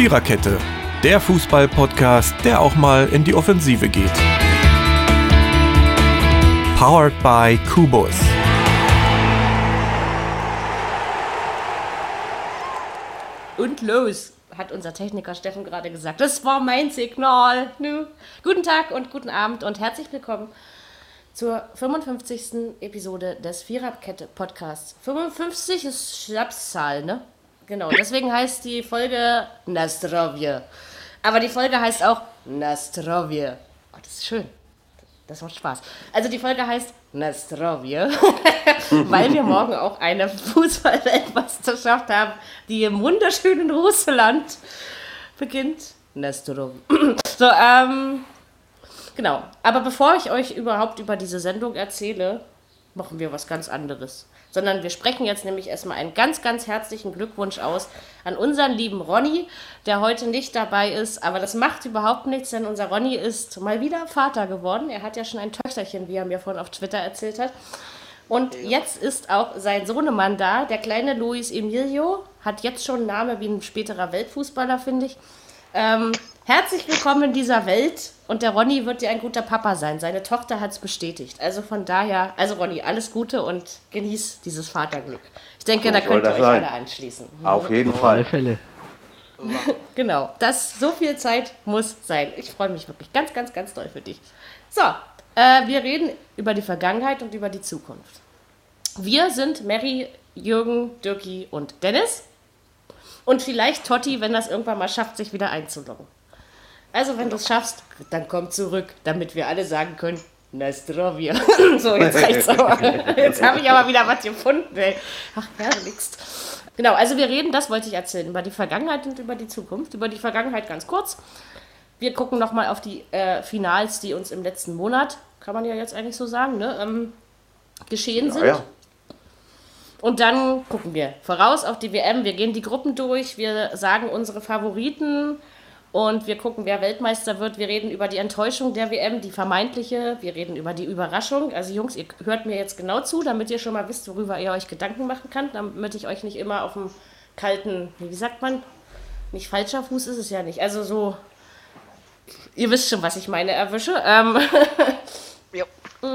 Viererkette, der Fußball-Podcast, der auch mal in die Offensive geht. Powered by Kubus. Und los, hat unser Techniker Steffen gerade gesagt. Das war mein Signal. Guten Tag und guten Abend und herzlich willkommen zur 55. Episode des Viererkette-Podcasts. 55 ist Schnapszahl, ne? Genau, deswegen heißt die Folge Nastrovje. Aber die Folge heißt auch Nastrovje. Oh, das ist schön. Das macht Spaß. Also die Folge heißt Nastrovje, weil wir morgen auch eine Fußball-Weltmeisterschaft haben, die im wunderschönen Russland beginnt. Nastrovje. So, genau. Aber bevor ich euch überhaupt über diese Sendung erzähle, machen wir was ganz anderes. Sondern wir sprechen jetzt nämlich erstmal einen ganz, ganz herzlichen Glückwunsch aus an unseren lieben Ronny, der heute nicht dabei ist. Aber das macht überhaupt nichts, denn unser Ronny ist mal wieder Vater geworden. Er hat ja schon ein Töchterchen, wie er mir vorhin auf Twitter erzählt hat. Und jetzt ist auch sein Sohnemann da, der kleine Luis Emilio, hat jetzt schon einen Namen wie ein späterer Weltfußballer, finde ich. Herzlich willkommen in dieser Welt und der Ronny wird dir ein guter Papa sein. Seine Tochter hat es bestätigt. Also von daher, also Ronny, alles Gute und genieß dieses Vaterglück. Ich denke, so da könnt ihr euch alle anschließen. Auf jeden Fall. Auf alle Fälle. Genau, so viel Zeit muss sein. Ich freue mich wirklich ganz, ganz, ganz doll für dich. So, wir reden über die Vergangenheit und über die Zukunft. Wir sind Mary, Jürgen, Dirki und Dennis. Und vielleicht Totti, wenn das irgendwann mal schafft, sich wieder einzuloggen. Also, wenn du es schaffst, dann komm zurück, damit wir alle sagen können, Nastrovje. So, jetzt reicht's aber. Jetzt habe ich aber wieder was gefunden, ey. Ach, herrlichst. Genau, also wir reden, das wollte ich erzählen, über die Vergangenheit und über die Zukunft. Über die Vergangenheit ganz kurz. Wir gucken nochmal auf die Finals, die uns im letzten Monat, kann man ja jetzt eigentlich so sagen, ne, geschehen sind. Ja. Und dann gucken wir voraus auf die WM, wir gehen die Gruppen durch, wir sagen unsere Favoriten und wir gucken, wer Weltmeister wird. Wir reden über die Enttäuschung der WM, die vermeintliche, wir reden über die Überraschung. Also Jungs, ihr hört mir jetzt genau zu, damit ihr schon mal wisst, worüber ihr euch Gedanken machen könnt, damit ich euch nicht immer auf dem kalten, wie sagt man, nicht falscher Fuß ist es ja nicht, also so, ihr wisst schon, was ich meine, erwische. Ja.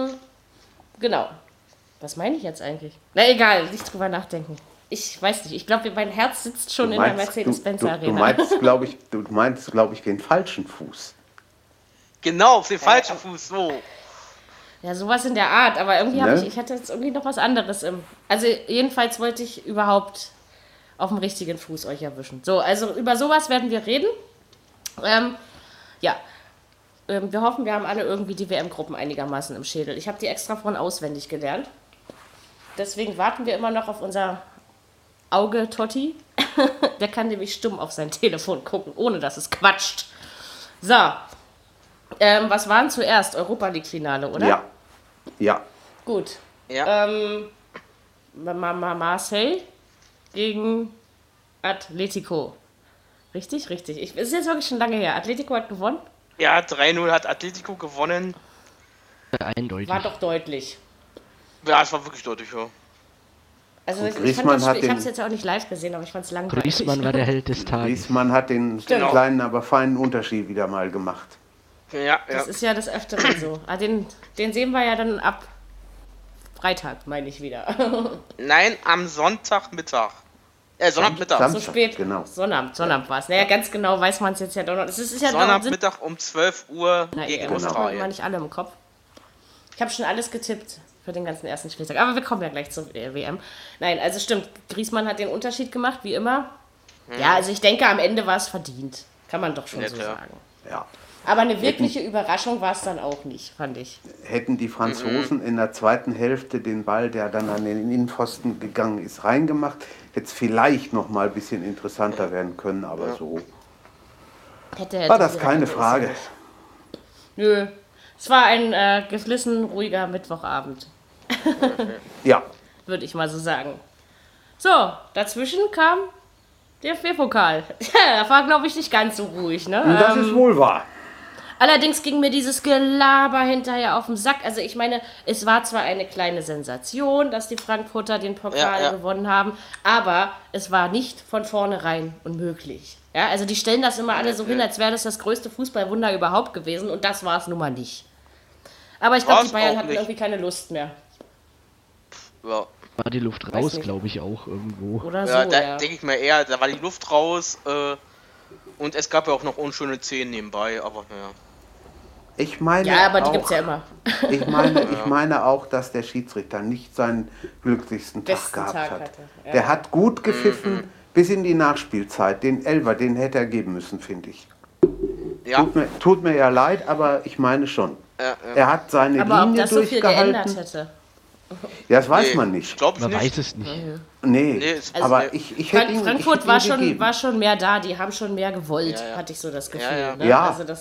Genau. Was meine ich jetzt eigentlich? Na egal, nicht drüber nachdenken. Ich weiß nicht, ich glaube, mein Herz sitzt schon in der Mercedes-Benz-Arena. Du meinst, glaube ich, den falschen Fuß. Genau, auf den falschen Fuß, so. Ja, sowas in der Art, aber irgendwie ich hatte jetzt irgendwie noch was anderes im... Also jedenfalls wollte ich überhaupt auf dem richtigen Fuß euch erwischen. So, also über sowas werden wir reden. Wir hoffen, wir haben alle irgendwie die WM-Gruppen einigermaßen im Schädel. Ich habe die extra von auswendig gelernt. Deswegen warten wir immer noch auf unser Auge Totti. Der kann nämlich stumm auf sein Telefon gucken, ohne dass es quatscht. So. Was waren zuerst? Europa League-Finale, oder? Ja. Gut. Ja. Marseille gegen Atletico. Richtig? Es ist jetzt wirklich schon lange her. Atletico hat gewonnen? Ja, 3-0 hat Atletico gewonnen. Eindeutig. War doch deutlich. Ja, es war wirklich deutlich, ja. Also ich habe es jetzt auch nicht live gesehen, aber ich fand es langweilig. Griezmann war der Held des Tages. Griezmann hat den kleinen, aber feinen Unterschied wieder mal gemacht. Ja. Das ist ja des Öfteren so. Den sehen wir ja dann ab Freitag, meine ich wieder. Nein, am Sonntagmittag. Sonntagmittag. So spät. Genau. Sonnabend war es. Naja, ganz genau weiß man es jetzt ja doch noch. Es ist ja Sonnabendmittag um 12 Uhr gegen Australien. Genau. Nicht alle im Kopf. Ich habe schon alles getippt für den ganzen ersten Spieltag. Aber wir kommen ja gleich zur WM. Nein, also stimmt. Griezmann hat den Unterschied gemacht, wie immer. Ja, also ich denke, am Ende war es verdient. Kann man doch schon so sagen. Ja. Aber eine wirkliche Überraschung war es dann auch nicht, fand ich. Hätten die Franzosen in der zweiten Hälfte den Ball, der dann an den Innenpfosten gegangen ist, reingemacht, hätte es vielleicht noch mal ein bisschen interessanter werden können, aber so war das keine Frage. Nö, es war ein geflissen, ruhiger Mittwochabend. Ja. Würde ich mal so sagen. So, dazwischen kam der DFB-Pokal. Ja, das war, glaube ich, nicht ganz so ruhig, ne? Das ist wohl wahr. Allerdings ging mir dieses Gelaber hinterher auf den Sack. Also ich meine, es war zwar eine kleine Sensation, dass die Frankfurter den Pokal gewonnen haben, aber es war nicht von vornherein unmöglich. Ja, also die stellen das immer alle so hin, als wäre das größte Fußballwunder überhaupt gewesen und das war es nun mal nicht. Aber ich glaube, die Bayern hatten irgendwie keine Lust mehr. Ja. War die Luft raus, glaube ich, auch irgendwo. Oder so, Ja, da denke ich mir eher, da war die Luft raus und es gab ja auch noch unschöne Szenen nebenbei, aber naja. Ich meine ja, aber die auch, gibt's ja immer. Ich meine auch, dass der Schiedsrichter nicht seinen glücklichsten Tag gehabt hat. Ja. Der hat gut gepfiffen bis in die Nachspielzeit. Den Elfer, den hätte er geben müssen, finde ich. Ja. Tut mir ja leid, aber ich meine schon. Er hat seine aber Linie ob das so viel durchgehalten. geändert hätte. Ja, das weiß man nicht. Glaube ich Man nicht. weiß es nicht. Nee, Also, aber ich hätte ihn Frankfurt ich war hätte ihn gegeben. war schon mehr da, die haben schon mehr gewollt, Ja. hatte ich so das Gefühl. Ja. Ne? Ja. Also das,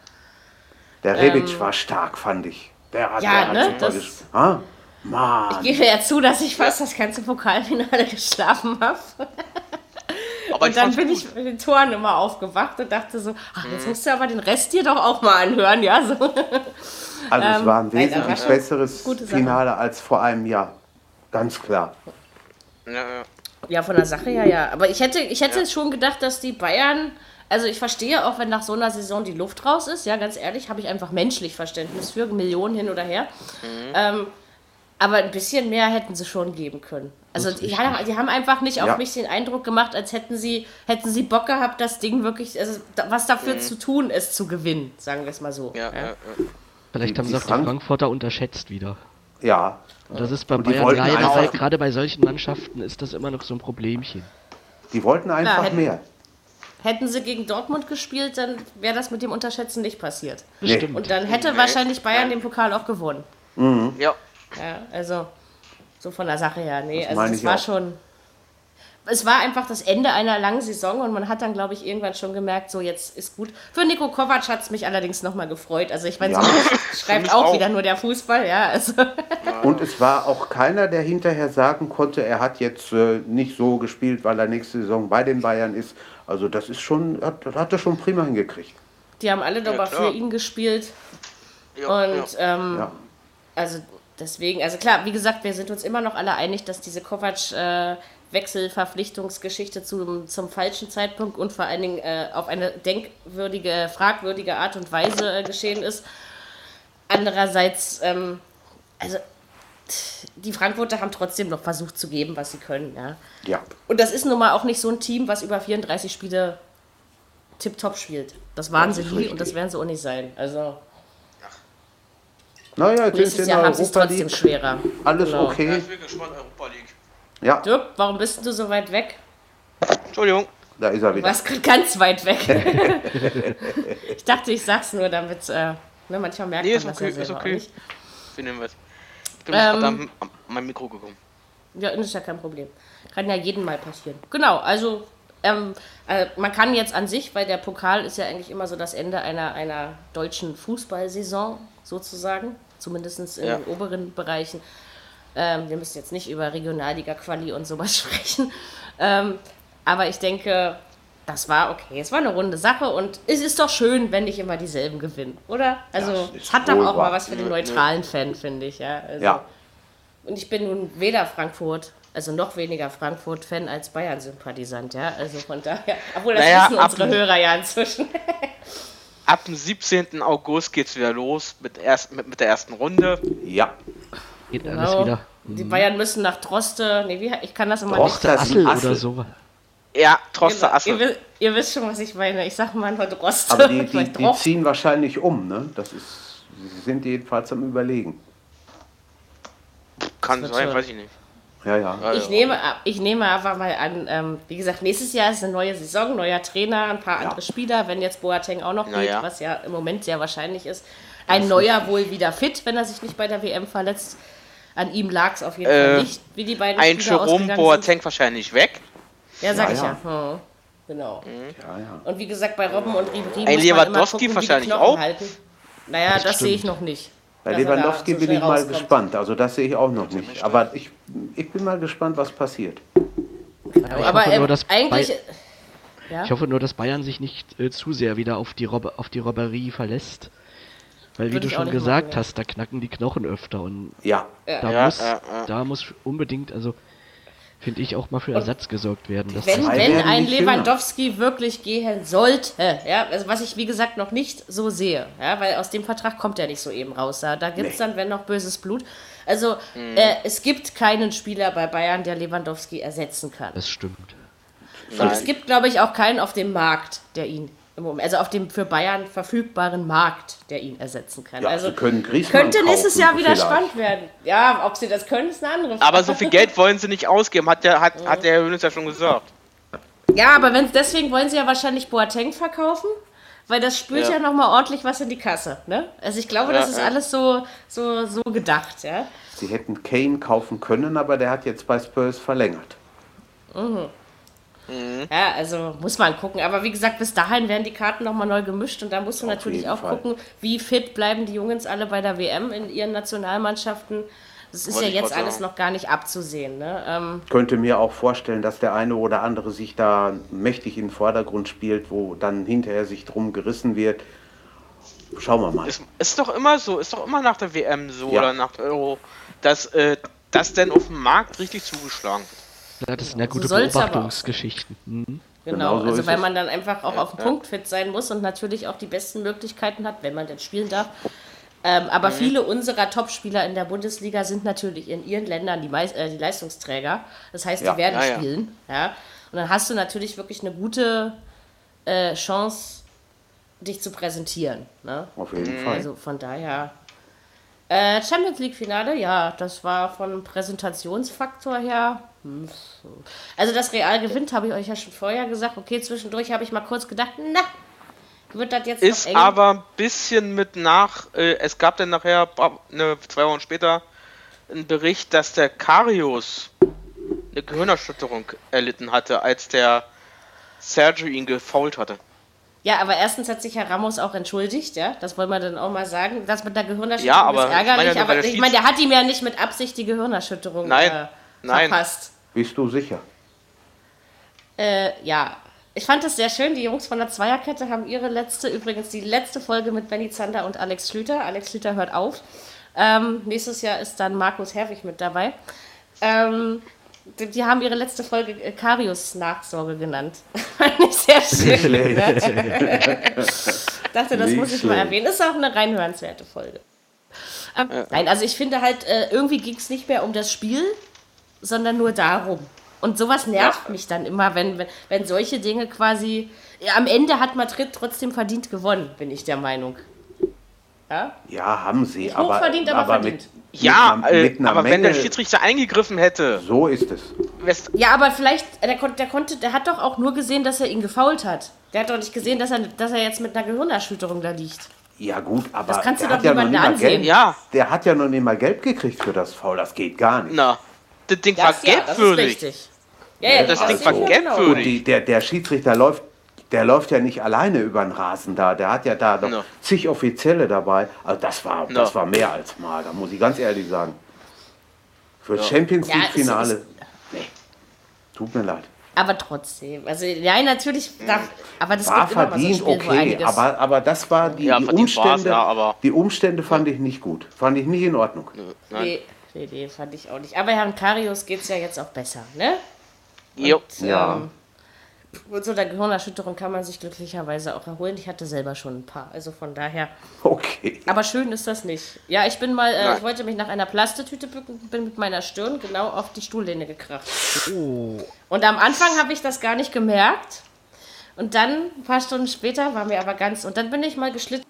Der Rebic war stark, fand ich. Der hat ne, super gespielt. Ah, Mann. ich gebe ja zu, dass ich fast das ganze Pokalfinale geschlafen habe. Aber Und dann bin ich mit den Toren immer aufgewacht und dachte so, ach, jetzt musst du aber den Rest dir doch auch mal anhören, ja, so. Also es war ein nein, das war wesentlich schon besseres gute Sache. Finale als vor einem Jahr. Ganz klar. Ja. Ja, von der Sache her, ja. Aber ich hätte schon gedacht, dass die Bayern, also ich verstehe auch, wenn nach so einer Saison die Luft raus ist, ja, ganz ehrlich, habe ich einfach menschlich Verständnis für Millionen hin oder her. Aber ein bisschen mehr hätten sie schon geben können. Also die haben einfach nicht auf mich den Eindruck gemacht, als hätten sie Bock gehabt, das Ding wirklich, also was dafür zu tun ist, zu gewinnen, sagen wir es mal so. Ja. Vielleicht haben sie auch die Frankfurter unterschätzt wieder. Ja. Und das ist bei Und die Bayern wollten leider, einfach- weil gerade bei solchen Mannschaften ist das immer noch so ein Problemchen. Die wollten einfach hätten- mehr. Hätten sie gegen Dortmund gespielt, dann wäre das mit dem Unterschätzen nicht passiert. Bestimmt. Und dann hätte wahrscheinlich Bayern den Pokal auch gewonnen. Ja. Ja, also so von der Sache her. Nee, Das also meine es ich war auch. schon. Es war einfach das Ende einer langen Saison und man hat dann, glaube ich, irgendwann schon gemerkt, so jetzt ist gut. Für Nico Kovac hat es mich allerdings nochmal gefreut. Also ich meine, Ja. so schreibt mich auch auch. wieder nur der Fußball, ja. Also. Und es war auch keiner, der hinterher sagen konnte, er hat jetzt nicht so gespielt, weil er nächste Saison bei den Bayern ist. Also das ist schon, hat er schon prima hingekriegt. Die haben alle nochmal klar. für ihn gespielt. Ja, Und Ja. also deswegen, also klar, wie gesagt, wir sind uns immer noch alle einig, dass diese Kovac-Wechselverpflichtungsgeschichte zum falschen Zeitpunkt und vor allen Dingen auf eine fragwürdige Art und Weise geschehen ist. Andererseits, also die Frankfurter haben trotzdem noch versucht zu geben, was sie können. Ja. Ja. Und das ist nun mal auch nicht so ein Team, was über 34 Spiele tipptopp spielt. Das waren Das sie ist nie richtig. und das werden sie auch nicht sein. Also Naja, jetzt nächstes ist in Jahr der haben sie es Europa trotzdem League schwerer. alles Genau. Ja, okay. ich bin gespannt, Europa League. Ja, Dirk, warum bist du so weit weg? Entschuldigung. da ist er Du wieder. warst gerade ganz weit weg. Ich dachte, ich sag's nur, damit manchmal merkt Nee, man ist das okay, ja ist selber okay. auch nicht. Wir nehmen was. Ich bin gerade an mein Mikro gekommen. Ja, ist ja kein Problem. Kann ja jedem mal passieren. Genau, also man kann jetzt an sich, weil der Pokal ist ja eigentlich immer so das Ende einer deutschen Fußballsaison sozusagen, zumindest in den oberen Bereichen. Wir müssen jetzt nicht über Regionalliga-Quali und sowas sprechen. Aber ich denke, das war okay. Es war eine runde Sache und es ist doch schön, wenn nicht immer dieselben gewinnen, oder? Also Das ist es hat doch wohl auch wahr. mal was für den neutralen Fan, finde ich. Ja, also, Ja. Und ich bin nun weder Frankfurt, also noch weniger Frankfurt-Fan als Bayern-Sympathisant, ja. Also von daher, obwohl das Naja, wissen unsere Hörer ja inzwischen. Ab dem 17. August geht's wieder los mit der ersten Runde. Ja. Geht Genau. alles wieder. Die Bayern müssen nach Droste, ich kann das immer Droste. nicht. Assel Assel. oder so. Ja, trotz der Genau. Assel. Ihr wisst schon, was ich meine. Ich sag mal nur Droste. Aber die Vielleicht Droste. ziehen wahrscheinlich um, ne? Sie sind jedenfalls am Überlegen. Kann wird sein, schon. weiß ich nicht. Ja, ja. Ich nehme einfach mal an, wie gesagt, nächstes Jahr ist eine neue Saison, neuer Trainer, ein paar andere Spieler, wenn jetzt Boateng auch noch geht, Naja. was ja im Moment sehr wahrscheinlich ist. Ein neuer wohl wieder fit, wenn er sich nicht bei der WM verletzt. An ihm lag es auf jeden Fall nicht, wie die beiden Ein Spieler Jerome ausgegangen Boateng wahrscheinlich weg. sind. Ja, sag Ja, ich ja. ja. Genau. Ja, ja. Und wie gesagt, bei Robben und Ribéry muss Ein man immer Lewandowski gucken, wie die wahrscheinlich Knochen auch. halten. Naja, das sehe ich noch nicht. Bei dass er da Lewandowski so bin schnell ich mal rauskommt. gespannt. Also das sehe ich auch noch nicht. Aber ich bin mal gespannt, was passiert. Aber hoffe nur, dass eigentlich, Ja? Ich hoffe nur, dass Bayern sich nicht zu sehr wieder auf die Robberie verlässt. Weil, wie Würde du ich auch schon nicht gesagt machen, ja. hast, da knacken die Knochen öfter. Und Ja, da muss unbedingt, also finde ich, auch mal für Ersatz gesorgt werden. Dass Wenn Zwei ein werden nicht jünger. Lewandowski wirklich gehen sollte, ja, also was ich wie gesagt noch nicht so sehe, ja, weil aus dem Vertrag kommt er nicht so eben raus. Da gibt es dann, wenn noch, böses Blut. Also es gibt keinen Spieler bei Bayern, der Lewandowski ersetzen kann. das stimmt. Und es gibt, glaube ich, auch keinen auf dem Markt, der ihn im Moment, also auf dem für Bayern verfügbaren Markt, der ihn ersetzen kann. ja, Also sie können Griezmann könnte nächstes kaufen, Jahr wieder vielleicht. spannend werden. Ja, ob sie das können, ist eine andere Frage. Aber so viel Geld wollen sie nicht ausgeben, hat der Herr Hönes ja schon gesagt. Ja, aber deswegen wollen sie ja wahrscheinlich Boateng verkaufen, weil das spült ja nochmal ordentlich was in die Kasse. Ne? Also ich glaube, das ist alles so gedacht. Ja? Sie hätten Kane kaufen können, aber der hat jetzt bei Spurs verlängert. Ja, also muss man gucken. Aber wie gesagt, bis dahin werden die Karten nochmal neu gemischt und da musst du Auf natürlich jeden auch Fall. gucken, wie fit bleiben die Jungs alle bei der WM in ihren Nationalmannschaften. Das ist Wollte ja ich jetzt grad alles sagen. noch gar nicht abzusehen. Ne? Ich könnte mir auch vorstellen, dass der eine oder andere sich da mächtig in den Vordergrund spielt, wo dann hinterher sich drum gerissen wird. Schauen wir mal. Ist doch immer so, ist doch immer nach der WM so Ja. oder nach der Euro, dass das denn auf dem Markt richtig zugeschlagen wird. Ja, das sind ja gute soll's aber auch Beobachtungsgeschichten. Mhm. Genau, Genau so also ist weil es. man dann einfach auch auf den Punkt fit sein muss und natürlich auch die besten Möglichkeiten hat, wenn man denn spielen darf. Aber viele unserer Topspieler in der Bundesliga sind natürlich in ihren Ländern die Leistungsträger. Das heißt, Ja. die werden Ja, ja. spielen. Ja? Und dann hast du natürlich wirklich eine gute Chance, dich zu präsentieren. Ne? Auf jeden Fall. Also von daher. Champions League Finale, ja, das war von Präsentationsfaktor her. Also das Real gewinnt, habe ich euch ja schon vorher gesagt. Okay, zwischendurch habe ich mal kurz gedacht, na, wird das jetzt Ist noch eng? aber ein bisschen mit es gab dann nachher, 2 Wochen später, einen Bericht, dass der Karius eine Gehirnerschütterung erlitten hatte, als der Sergio ihn gefoult hatte. Ja, aber erstens hat sich Herr Ramos auch entschuldigt, ja, das wollen wir dann auch mal sagen. Das mit der Gehirnerschütterung Ja, aber ist ärgerlich, ich meine ja nur, aber weil der ich meine, der hat ihm ja nicht mit Absicht die Gehirnerschütterung Nein. verpasst. Bist du sicher? Ja, ich fand das sehr schön. Die Jungs von der Zweierkette haben übrigens die letzte Folge mit Benny Zander und Alex Schlüter. Alex Schlüter hört auf. Nächstes Jahr ist dann Markus Herwig mit dabei. Die haben ihre letzte Folge Karius Nachsorge genannt. Fand ich sehr schön. Dachte, das Nicht muss ich mal schlecht. erwähnen. Ist auch eine reinhörenswerte Folge. Nein, also ich finde halt, irgendwie ging es nicht mehr um das Spiel, sondern nur darum. Und sowas nervt mich dann immer, wenn solche Dinge quasi... Ja, am Ende hat Madrid trotzdem verdient gewonnen, bin ich der Meinung. Ja? Ja, haben sie. Nicht hochverdient, aber verdient. Ja, mit einer aber wenn der Menge- Schiedsrichter eingegriffen hätte, So ist es. Ja, aber vielleicht, der hat doch auch nur gesehen, dass er ihn gefoult hat. Der hat doch nicht gesehen, dass er jetzt mit einer Gehirnerschütterung da liegt. Ja gut, aber Das kannst du der doch hat ja noch niemandem nicht mal ansehen. Gelb. Ja. Der hat ja noch nicht mal Gelb gekriegt für das Foul. Das geht gar nicht. na, das Ding war Das, ja, das ist gelbwürdig. richtig. Ja, Das Ding ist war ja gelbwürdig. Und der Schiedsrichter läuft ja nicht alleine über den Rasen da. Der hat ja da noch No. zig Offizielle dabei. Also das No. war mehr als mager, muss ich ganz ehrlich sagen. Für das Champions Ja, League es Finale. ist- Nee. Tut mir leid. Aber trotzdem. Also, ja, natürlich. Aber das War gibt immer mal so verdient, Spiele, wo okay. einiges... Aber das war die Ja, verdient war's, Umstände. ja, aber- Die Umstände fand ich nicht gut. Fand ich nicht in Ordnung. Nein. Nee, fand ich auch nicht. Aber Herrn Karius geht es ja jetzt auch besser, ne? Jo. Ja. Und so der Gehirnerschütterung kann man sich glücklicherweise auch erholen. Ich hatte selber schon ein paar. Also von daher. Okay. Aber schön ist das nicht. Ja, ich bin mal, Nein. ich wollte mich nach einer Plastetüte bücken, bin mit meiner Stirn genau auf die Stuhllehne gekracht. Und am Anfang habe ich das gar nicht gemerkt. Und dann, ein paar Stunden später, war mir aber ganz... Und dann bin ich mal geschlitten,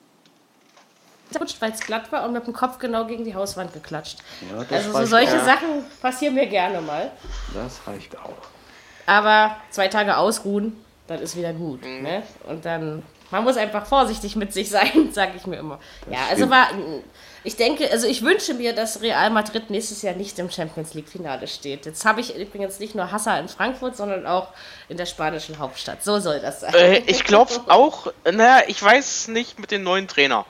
weil es glatt war und mit dem Kopf genau gegen die Hauswand geklatscht. Ja, das Also so reicht solche auch. Sachen passieren mir gerne mal. Das reicht auch. Aber 2 Tage ausruhen, dann ist wieder gut. Ne? Und dann, man muss einfach vorsichtig mit sich sein, sage ich mir immer. stimmt. Ich denke, also ich wünsche mir, dass Real Madrid nächstes Jahr nicht im Champions League Finale steht. Jetzt habe ich übrigens nicht nur Hasser in Frankfurt, sondern auch in der spanischen Hauptstadt. So soll das sein. Ich glaube auch, naja, ich weiß nicht mit dem neuen Trainer.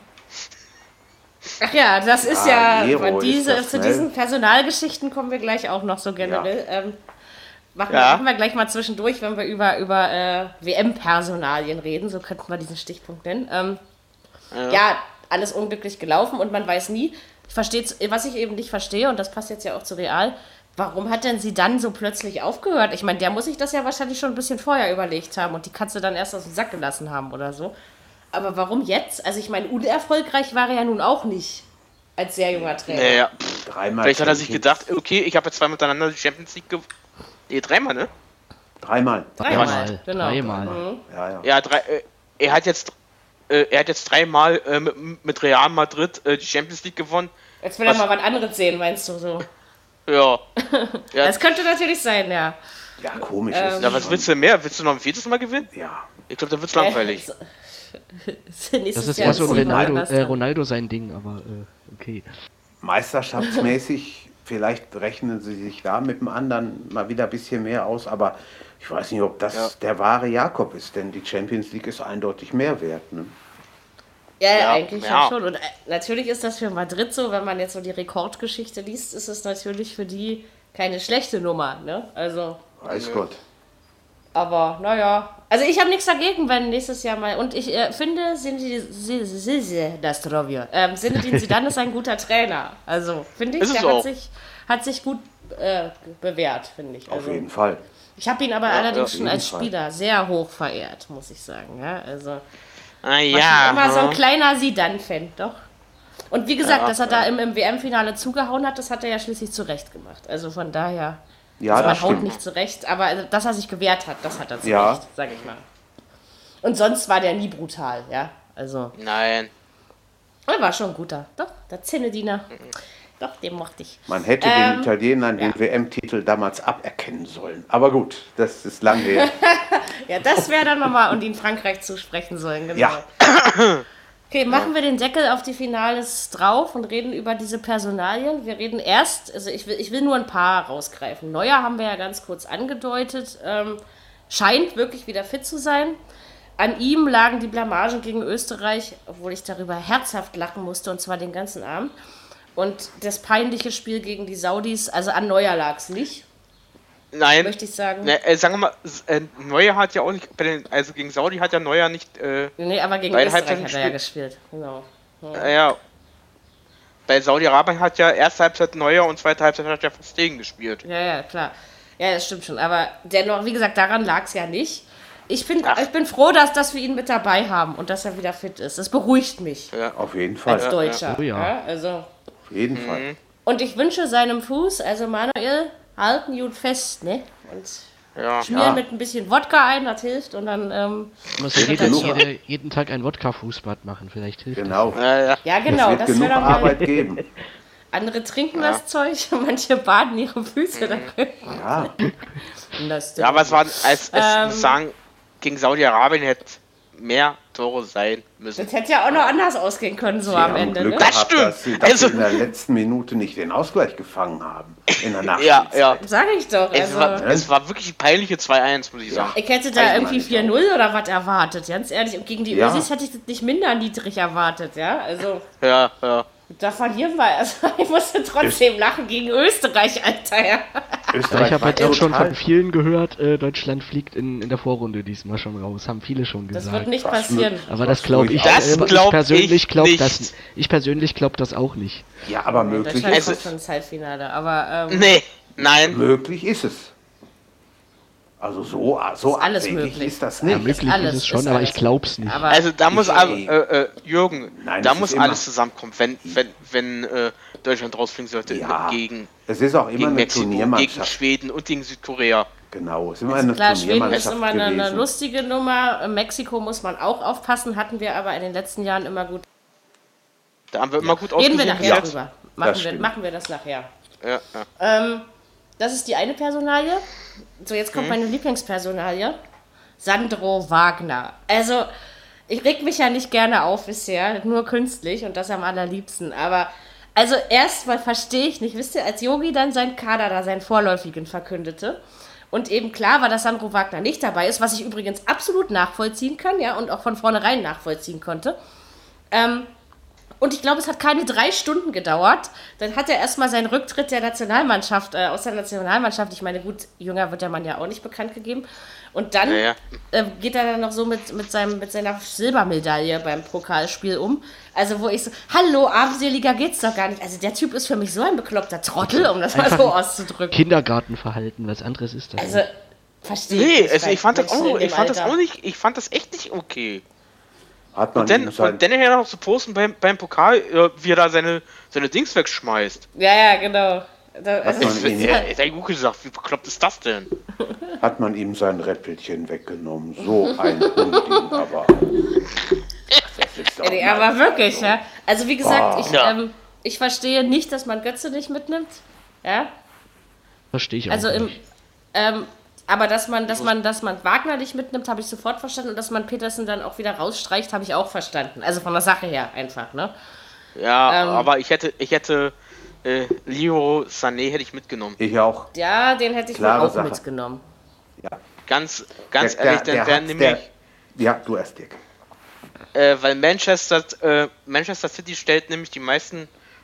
Ach ja, das ist Ah, ja, Nero ist zu das, ne? diesen Personalgeschichten kommen wir gleich auch noch so generell. Machen wir gleich mal zwischendurch, wenn wir über WM-Personalien reden, so könnten wir diesen Stichpunkt nennen. Ja, alles unglücklich gelaufen und man weiß nie, was ich eben nicht verstehe, und das passt jetzt ja auch zu Real, warum hat denn sie dann so plötzlich aufgehört? Ich meine, der muss sich das ja wahrscheinlich schon ein bisschen vorher überlegt haben und die Katze dann erst aus dem Sack gelassen haben oder so. Aber warum jetzt? Also ich meine, unerfolgreich war er ja nun auch nicht als sehr junger Trainer. Naja, Dreimal. vielleicht hat er sich gedacht, okay, ich habe jetzt 2 miteinander die Champions League gewonnen. Nee, 3-mal, ne? Dreimal. Dreimal. Ja, er hat jetzt 3-mal mit Real Madrid die Champions League gewonnen. Jetzt will er mal was anderes sehen, meinst du so? Ja. Das könnte natürlich sein, ja. Ja, komisch. Ja, was willst du mehr? Willst du noch ein 4. Mal gewinnen? Ja. Ich glaube, da wird's langweilig. Das ist eher so ein Ronaldo sein Ding, aber okay. Meisterschaftsmäßig, vielleicht rechnen sie sich da mit dem anderen mal wieder ein bisschen mehr aus, aber ich weiß nicht, ob das der wahre Jakob ist, denn die Champions League ist eindeutig mehr wert. Ne? Ja, eigentlich schon. Und natürlich ist das für Madrid so, wenn man jetzt so die Rekordgeschichte liest, ist es natürlich für die keine schlechte Nummer. Ne? Also. Weiß Gott. Aber, naja. Also ich habe nichts dagegen, wenn nächstes Jahr mal... Und ich finde, Zinedine Zidane ist ein guter Trainer. Also, finde ich, der hat sich gut bewährt, finde ich. Also, auf jeden Fall. Ich habe ihn aber allerdings schon als Spieler sehr hoch verehrt, muss ich sagen. Ja, also, war schon immer so ein kleiner Zidane-Fan, doch. Und wie gesagt, dass er da im WM-Finale zugehauen hat, das hat er ja schließlich zurecht gemacht. Also von daher... Ja, also das man haut stimmt. nicht zurecht, aber dass er sich gewehrt hat, das hat er zurecht, sag ich mal. Und sonst war der nie brutal, ja. Also. Nein. Er war schon ein guter. Doch, der Zinedine. Doch, den mochte ich. Man hätte den Italienern den WM-Titel damals aberkennen sollen. Aber gut, das ist lang her. Ja, das wäre dann nochmal und ihn Frankreich zusprechen sollen, genau. Ja. Okay, machen wir den Deckel auf die Finales drauf und reden über diese Personalien. Wir reden erst, also ich will nur ein paar rausgreifen. Neuer haben wir ja ganz kurz angedeutet, scheint wirklich wieder fit zu sein. An ihm lagen die Blamagen gegen Österreich, obwohl ich darüber herzhaft lachen musste, und zwar den ganzen Abend. Und das peinliche Spiel gegen die Saudis, also an Neuer lag es nicht. Nein. Möchte ich sagen. Ne, sagen wir mal, Neuer hat ja auch nicht, also gegen Saudi hat ja Neuer nicht. Nee, aber gegen Österreich hat er ja gespielt. Genau. Ja. Bei Saudi-Arabien hat ja erste Halbzeit Neuer und zweite Halbzeit hat ja Verstegen gespielt. Ja, klar. Ja, das stimmt schon. Aber dennoch, wie gesagt, daran lag es ja nicht. Ich bin froh, dass wir ihn mit dabei haben und dass er wieder fit ist. Das beruhigt mich. Ja. Auf jeden Fall. Als Deutscher. Oh ja. Ja, also. Auf jeden Fall. Und ich wünsche seinem Fuß, also Manuel, halten gut fest, ne? Und schmieren mit ein bisschen Wodka ein, das hilft. Und dann muss jeden Tag ein Wodka-Fußbad machen, vielleicht hilft Genau. ja, genau. Es wird genug wäre doch mal. Arbeit geben. Andere trinken das Zeug, manche baden ihre Füße darin. Ja. Ja, aber es war, muss sagen, gegen Saudi-Arabien hätte mehr Tore sein müssen. Das hätte ja auch noch anders ausgehen können, so am Ende. Glück Ne? gehabt, Das stimmt. dass sie in der letzten Minute nicht den Ausgleich gefangen haben. In der Nachspielzeit. Ja. Sag ich doch. Also, Es war wirklich ein peinliche 2-1, muss ich sagen. ich hätte da irgendwie 4-0 oder was erwartet, ganz ehrlich. Und gegen die Ösis hätte ich das nicht minder niedrig erwartet, ja. Also, Ja. da verlieren wir. Also, ich musste trotzdem lachen gegen Österreich, Alter. Ja. Österreich Ich habe war jetzt auch schon total- von vielen gehört, Deutschland fliegt in der Vorrunde diesmal schon raus. Haben viele schon gesagt. Das wird nicht passieren. Aber das glaube ich. Das glaub ich glaube nicht. das. Ich persönlich glaube das auch nicht. Ja, aber möglich Deutschland ist kommt es. schon ins Halbfinale. Aber Nein. Möglich ist es. Also so alles abwegig möglich. ist das Ja, nicht. möglich alles- ist es schon, ist aber alles ich glaube es nicht. aber Also da muss Jürgen, Nein, da es muss ist immer- alles zusammenkommen, wenn Deutschland rausfliegen sollte Ja, gegen es ist auch immer eine Mexiko, gegen Turniermannschaft. Schweden und gegen Südkorea. Genau, es ist immer eine klar, Schweden ist Turniermannschaft immer eine gewesen. lustige Nummer. Mexiko muss man auch aufpassen, hatten wir aber in den letzten Jahren immer gut. Da haben wir immer gut Reden wir ausgesehen. nachher bis drüber. Das stimmt. Machen wir das nachher. jetzt. Ja. Das ist die eine Personalie. So, jetzt kommt meine Lieblingspersonalie. Sandro Wagner. Also, ich reg mich ja nicht gerne auf bisher, nur künstlich und das am allerliebsten. Aber, also erstmal verstehe ich nicht, wisst ihr, als Yogi dann seinen Kader da, seinen vorläufigen verkündete und eben klar war, dass Sandro Wagner nicht dabei ist, was ich übrigens absolut nachvollziehen kann, ja, und auch von vornherein nachvollziehen konnte. Und ich glaube, es hat keine 3 Stunden gedauert. Dann hat er erstmal seinen Rücktritt der Nationalmannschaft, aus der Nationalmannschaft, ich meine, gut, jünger wird der Mann ja auch nicht bekannt gegeben. Und dann geht er dann noch so mit seiner Silbermedaille beim Pokalspiel um. Also wo ich so, hallo, armseliger geht's doch gar nicht. Also der Typ ist für mich so ein bekloppter Trottel, um das mal so auszudrücken. Kindergartenverhalten, was anderes ist das. Also, verstehe ich. Ich fand das echt nicht okay. Hat man Und dann nachher noch zu posten beim Pokal, wie er da seine Dings wegschmeißt. Ja, genau. Ist gut gesagt, wie bekloppt ist das denn? Hat man ihm sein Räppelchen weggenommen. So ein Unding, aber... Aber wirklich, ja. Also wie gesagt, ich verstehe nicht, dass man Götze nicht mitnimmt. Ja. Verstehe ich auch also nicht. Aber dass man Wagner nicht mitnimmt, habe ich sofort verstanden. Und dass man Petersen dann auch wieder rausstreicht, habe ich auch verstanden. Also von der Sache her einfach, ne? Ja, aber ich hätte Leroy Sané hätte ich mitgenommen. Ich auch. Ja, den hätte ich wohl auch mitgenommen. Ja. Ganz ehrlich, dann wären nämlich... Ja, du erst, Dirk. Weil Manchester City stellt nämlich die meisten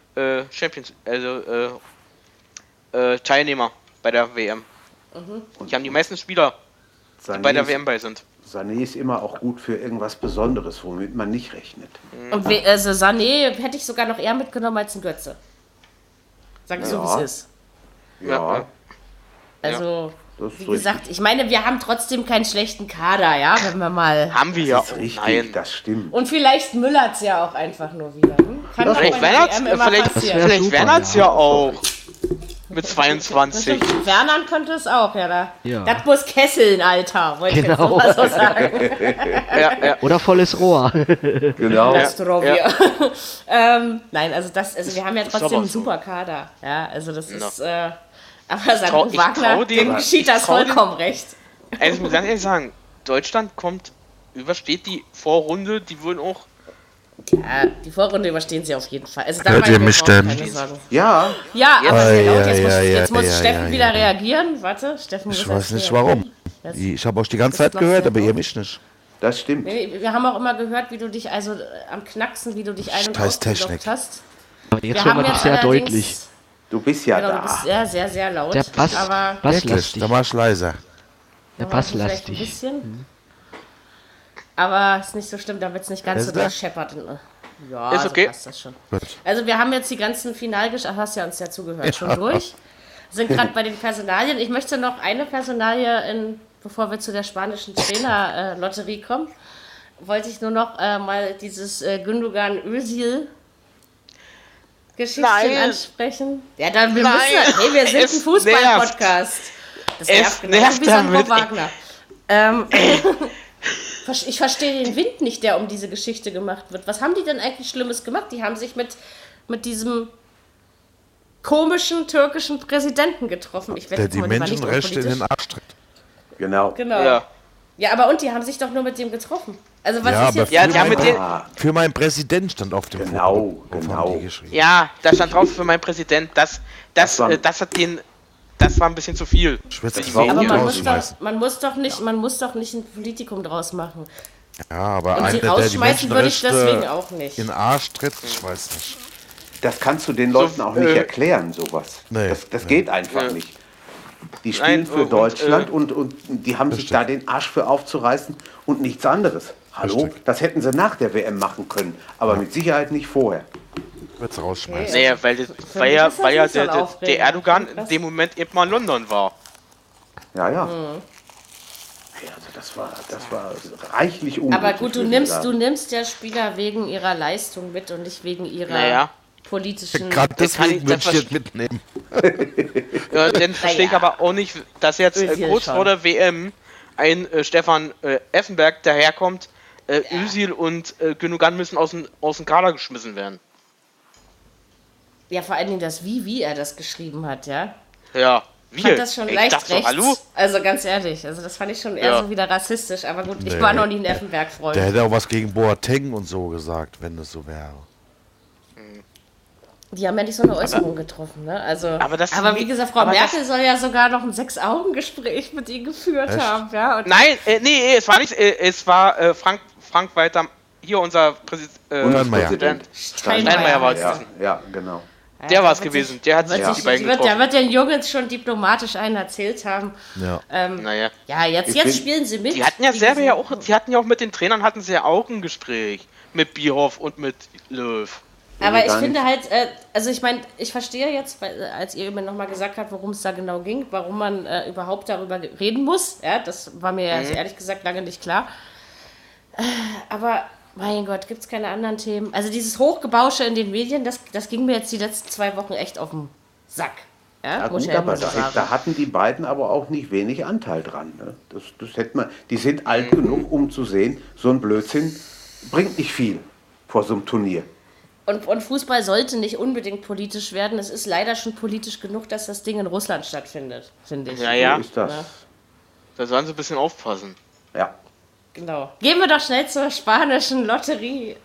Teilnehmer bei der WM. Die haben die meisten Spieler, die bei der WM bei sind. Sané ist immer auch gut für irgendwas Besonderes, womit man nicht rechnet. Und also Sané hätte ich sogar noch eher mitgenommen als ein Götze. Sag ich so, wie es ist. Ja. Also, wie gesagt, ich meine, wir haben trotzdem keinen schlechten Kader, ja, wenn wir mal... Haben wir ja auch. Richtig, Nein. das stimmt. Und vielleicht müllert's ja auch einfach nur wieder. Kann doch Vielleicht Wernert's ja auch. Mit 22. Wernern könnte es auch, Ja. Das muss kesseln, Alter, wollte ich jetzt mal so sagen. Oder volles Rohr. Genau. Nein, also wir haben ja trotzdem einen super Kader. Ja, also das ist... aber Sandro Wagner, dem geschieht das vollkommen recht. Also ich muss ganz ehrlich sagen, Deutschland übersteht die Vorrunde, die wurden auch... Ja, die Vorrunde überstehen sie auf jeden Fall. Also da hört ihr mich denn? Ja. Ja, aber jetzt muss Steffen wieder reagieren. Warte, Steffen muss Ich weiß nicht warum. Ich habe euch die ganze Zeit gehört, aber ihr mich nicht. Das stimmt. Wir haben auch immer gehört, wie du dich am Knacksen, wie du dich ein- und ausgelockt hast. Aber jetzt hören wir dich sehr deutlich. Du bist ja Genau, da. du bist sehr, sehr, sehr laut. Der Bass, aber basslastig. Da mach ich leiser. Der vielleicht ein basslastig. bisschen. Aber ist nicht so schlimm, da wird es nicht ganz so durchscheppert. Ja, Ist okay. so passt das schon. Gut. Also wir haben jetzt die ganzen Finalgeschichten, hast ja uns ja zugehört, schon durch. Sind gerade bei den Personalien. Ich möchte noch eine Personalie, bevor wir zu der spanischen Trainer-Lotterie kommen, wollte ich nur noch mal dieses Gündogan Özil Geschichtchen ansprechen. Ja, dann wir sind ein Fußball-Podcast. Das nervt genauso wie Sandro Wagner. Ich verstehe den Wind nicht, der um diese Geschichte gemacht wird. Was haben die denn eigentlich Schlimmes gemacht? Die haben sich mit diesem komischen türkischen Präsidenten getroffen. Der die Menschenrechte in den Arsch tritt. Genau. Ja, aber die haben sich doch nur mit dem getroffen. Also was ist jetzt... Ja, die haben mit dem... Für meinen Präsident stand auf dem Foto. Genau. Geschrieben. Ja, da stand drauf für meinen Präsident. Das war ein bisschen zu viel. Aber man muss doch nicht ein Politikum draus machen. Ja, aber und einer, sie rausschmeißen würde ich deswegen auch nicht. In den Arsch tritt, ich weiß nicht. Das kannst du den Leuten auch nicht erklären, sowas. Nee, das geht einfach nicht. Die spielen für Deutschland und die haben sich da den Arsch für aufzureißen und nichts anderes. Hallo? Richtig. Das hätten sie nach der WM machen können, aber mit Sicherheit nicht vorher. Wird's rausschmeißen. Naja, weil ja der Erdogan in dem Moment eben mal in London war. Ja. Ja, also das war reichlich ungut. Aber gut, du nimmst ja Spieler wegen ihrer Leistung mit und nicht wegen ihrer politischen... Gerade deswegen würde ich jetzt mitnehmen. Ja, dann verstehe ich aber auch nicht, dass jetzt kurz vor der WM ein Stefan Effenberg daherkommt, Özil und Gündogan müssen aus dem Kader geschmissen werden. Ja, vor allen Dingen das wie er das geschrieben hat, ja? Ja, ich fand das schon leicht rechts. So, hallo? Also ganz ehrlich, also das fand ich schon eher so wieder rassistisch, aber gut, ich war noch nie ein Effenberg-Freund. Der hätte auch was gegen Boateng und so gesagt, wenn das so wäre. Die haben ja nicht so eine Äußerung getroffen, ne? Also, aber wie gesagt, Frau Merkel soll ja sogar noch ein 6-Augen-Gespräch mit ihm geführt haben, ja? Und nein, nee, es war nicht, es war Frank-Walter hier unser Präsident. Steinmeier war es. Ja, genau. Der war es gewesen. Der hat sich die beiden getroffen. Der wird den Jungs schon diplomatisch einen erzählt haben. Ja. Naja. Ja, jetzt spielen sie mit. Die hatten ja selber die hatten ja auch mit den Trainern auch ein Gespräch. Mit Bierhoff und mit Löw. Aber ich finde halt, also ich meine, ich verstehe jetzt, als ihr mir nochmal gesagt habt, worum es da genau ging, warum man überhaupt darüber reden muss. Ja, das war mir also ehrlich gesagt lange nicht klar. Aber mein Gott, gibt es keine anderen Themen? Also dieses Hochgebausche in den Medien, das ging mir jetzt die letzten 2 Wochen echt auf den Sack. Ja, gut, aber da hatten die beiden aber auch nicht wenig Anteil dran. Ne? Das hätte man, die sind alt genug, um zu sehen, so ein Blödsinn bringt nicht viel vor so einem Turnier. Und Fußball sollte nicht unbedingt politisch werden. Es ist leider schon politisch genug, dass das Ding in Russland stattfindet, finde ich. Ja. So ist das. Ja. Da sollen sie ein bisschen aufpassen. Ja. Genau. Gehen wir doch schnell zur spanischen Lotterie.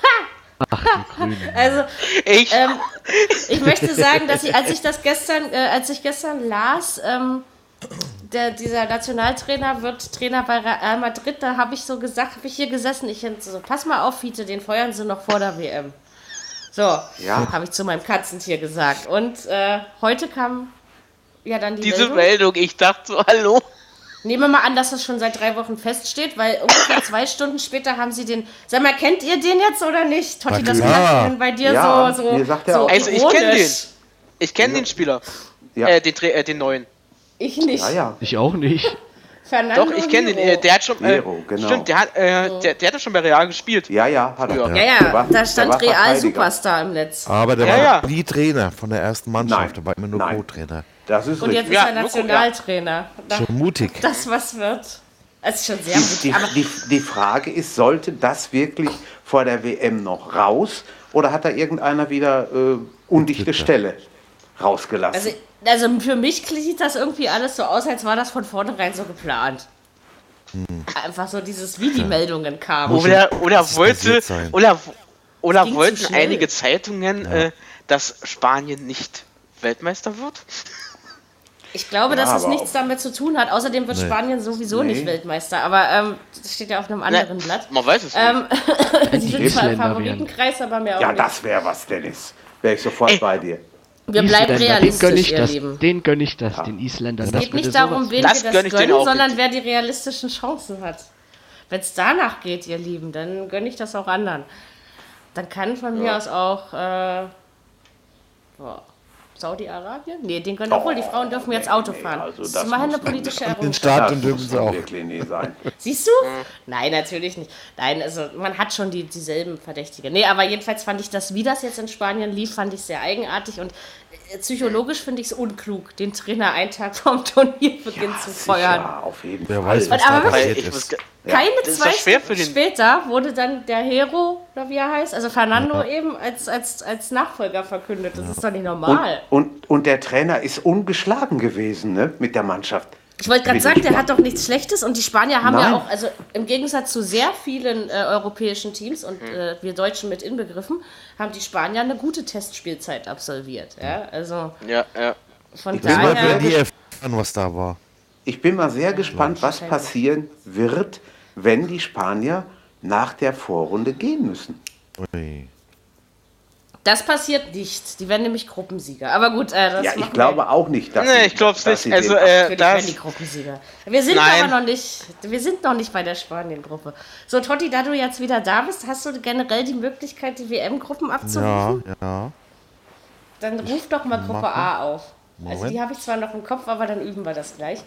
Also, ich möchte sagen, dass als ich gestern las, dieser Nationaltrainer wird Trainer bei Real Madrid, da habe ich hier gesessen, pass mal auf, Fiete, den feuern sie noch vor der WM. So, habe ich zu meinem Katzentier gesagt. Und heute kam ja dann diese Meldung. Ich dachte so, hallo. Nehmen wir mal an, dass das schon seit 3 Wochen feststeht, weil ungefähr 2 Stunden später haben sie den... Sag mal, kennt ihr den jetzt oder nicht? Totti, das klang bei dir so mir sagt er auch. Also ich kenne den. Ich kenne den Spieler. Ja. Den neuen. Ich nicht. Ja. Ich auch nicht. Fernando Doch, ich kenne den. Der hat schon... Hierro, genau. Stimmt, der hat ja schon bei Real gespielt. Ja, hat er. Ja, da stand Real Superstar im Netz. Aber der war nie Trainer von der ersten Mannschaft, der war immer nur Co-Trainer. Das ist und richtig. jetzt ist er Nationaltrainer. Schon mutig. Das was wird. Es ist schon sehr mutig. Die Frage ist, sollte das wirklich vor der WM noch raus oder hat da irgendeiner wieder undichte Stelle rausgelassen? Also für mich sieht das irgendwie alles so aus, als war das von vornherein so geplant. Einfach so wie die Meldungen kamen. Oder wollten einige Zeitungen, dass Spanien nicht Weltmeister wird? Ich glaube, dass es nichts damit zu tun hat. Außerdem wird Spanien sowieso nicht Weltmeister. Aber das steht ja auf einem anderen Blatt. Man weiß es nicht. Die sind zwar im Favoritenkreis, aber mehr auch nicht. Ja, das wäre was, Dennis. Wäre ich sofort bei dir. Wir bleiben realistisch, ihr Lieben. Den gönne ich das, den Isländern. Es geht nicht darum, wen wir das gönnen, sondern wer die realistischen Chancen hat. Wenn es danach geht, ihr Lieben, dann gönne ich das auch anderen. Dann kann von mir aus auch Saudi-Arabien? Nee, den können obwohl die Frauen dürfen jetzt Auto fahren. Also das ist immerhin eine politische Errungenschaft. Den Staaten dürfen sie auch. Sein. Siehst du? Nein, natürlich nicht. Nein, also man hat schon dieselben Verdächtige. Nee, aber jedenfalls fand ich das, wie das jetzt in Spanien lief, fand ich sehr eigenartig und psychologisch finde ich es unklug, den Trainer einen Tag vorm Turnierbeginn zu feuern. Ja, auf jeden Wer Fall. weiß, was da passiert ist. Keine 2 Stunden später wurde dann der Hierro, oder wie er heißt, also Fernando eben als Nachfolger verkündet. Das ist doch nicht normal. Und der Trainer ist ungeschlagen gewesen, ne, mit der Mannschaft. Ich wollte gerade sagen, der hat doch nichts Schlechtes und die Spanier haben ja auch, also im Gegensatz zu sehr vielen europäischen Teams und wir Deutschen mit inbegriffen, haben die Spanier eine gute Testspielzeit absolviert. Ja, also von daher... nie erfahren, was da war. Ich bin mal sehr gespannt, was passieren wird, wenn die Spanier nach der Vorrunde gehen müssen. Ui. Das passiert nicht. Die werden nämlich Gruppensieger. Aber gut, das ich glaube auch nicht, dass ich glaube es nicht. Also, werden die Gruppensieger. Wir sind aber noch nicht. Wir sind noch nicht bei der Spanien-Gruppe. So, Totti, da du jetzt wieder da bist, hast du generell die Möglichkeit, die WM-Gruppen abzurufen? Ja. Dann ruf doch mal Gruppe A auf. Also die habe ich zwar noch im Kopf, aber dann üben wir das gleich.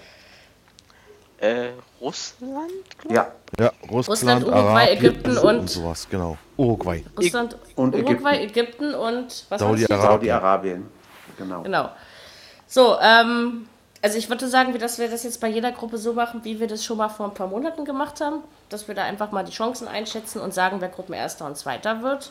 Russland? Ja, Russland, Uruguay, Ägypten und sowas, genau. Uruguay. Russland, und Uruguay, Ägypten und was Saudi-Arabien. Genau. So, also ich würde sagen, dass wir das jetzt bei jeder Gruppe so machen, wie wir das schon mal vor ein paar Monaten gemacht haben, dass wir da einfach mal die Chancen einschätzen und sagen, wer Gruppenerster und Zweiter wird.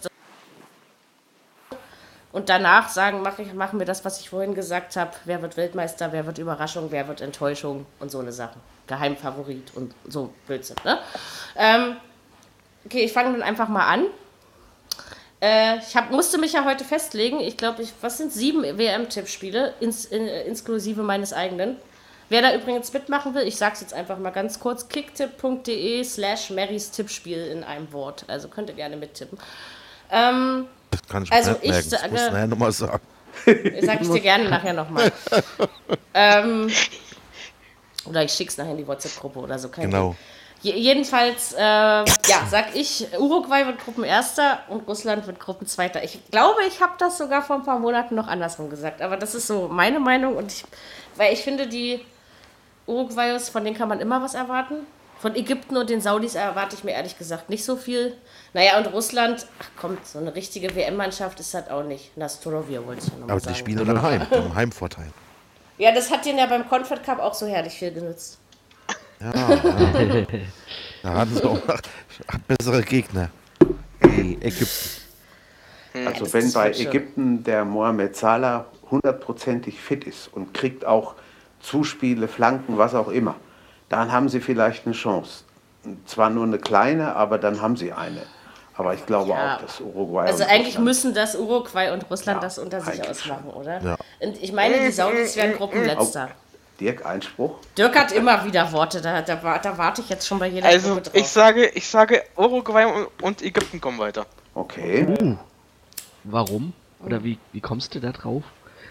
Und danach machen wir das, was ich vorhin gesagt habe, wer wird Weltmeister, wer wird Überraschung, wer wird Enttäuschung und so eine Sachen. Geheimfavorit und so Blödsinn. Ne? Okay, ich fange dann einfach mal an. Ich musste mich ja heute festlegen, ich glaube, was sind 7 WM-Tippspiele, inklusive meines eigenen. Wer da übrigens mitmachen will, ich sag's jetzt einfach mal ganz kurz, kicktipp.de/Marys Tippspiel in einem Wort. Also könnt ihr gerne mittippen. Das kann ich also mir nicht merken. Das muss ich nachher nochmal sagen. Sag ich dir gerne nachher nochmal. Oder ich schick's nachher in die WhatsApp-Gruppe oder so. Genau. Jedenfalls, sag ich, Uruguay wird Gruppenerster und Russland wird Gruppenzweiter. Ich glaube, ich habe das sogar vor ein paar Monaten noch andersrum gesagt. Aber das ist so meine Meinung. Weil ich finde, die Uruguayos, von denen kann man immer was erwarten. Von Ägypten und den Saudis erwarte ich mir ehrlich gesagt nicht so viel. Naja, und Russland, so eine richtige WM-Mannschaft ist das auch nicht. Nastorovia wollte ich ja nochmal Aber sagen. die spielen daheim, die haben Heimvorteil. Ja, das hat denen ja beim Confed Cup auch so herrlich viel genützt. Ja. Da hatten sie auch bessere Gegner. Die Ägypten. Also wenn bei Ägypten der Mohamed Salah 100%ig fit ist und kriegt auch Zuspiele, Flanken, was auch immer, dann haben sie vielleicht eine Chance. Zwar nur eine kleine, aber dann haben sie eine. Aber ich glaube auch, dass Uruguay Also und eigentlich Russland, müssen das Uruguay und Russland das unter sich ausmachen, oder? Ja. Und ich meine, die Saudis werden Gruppenletzter. Dirk, Einspruch? Dirk hat immer wieder Worte, da warte ich jetzt schon bei jeder Also Gruppe drauf. ich sage Uruguay und Ägypten kommen weiter. Okay. Warum? Oder wie kommst du da drauf?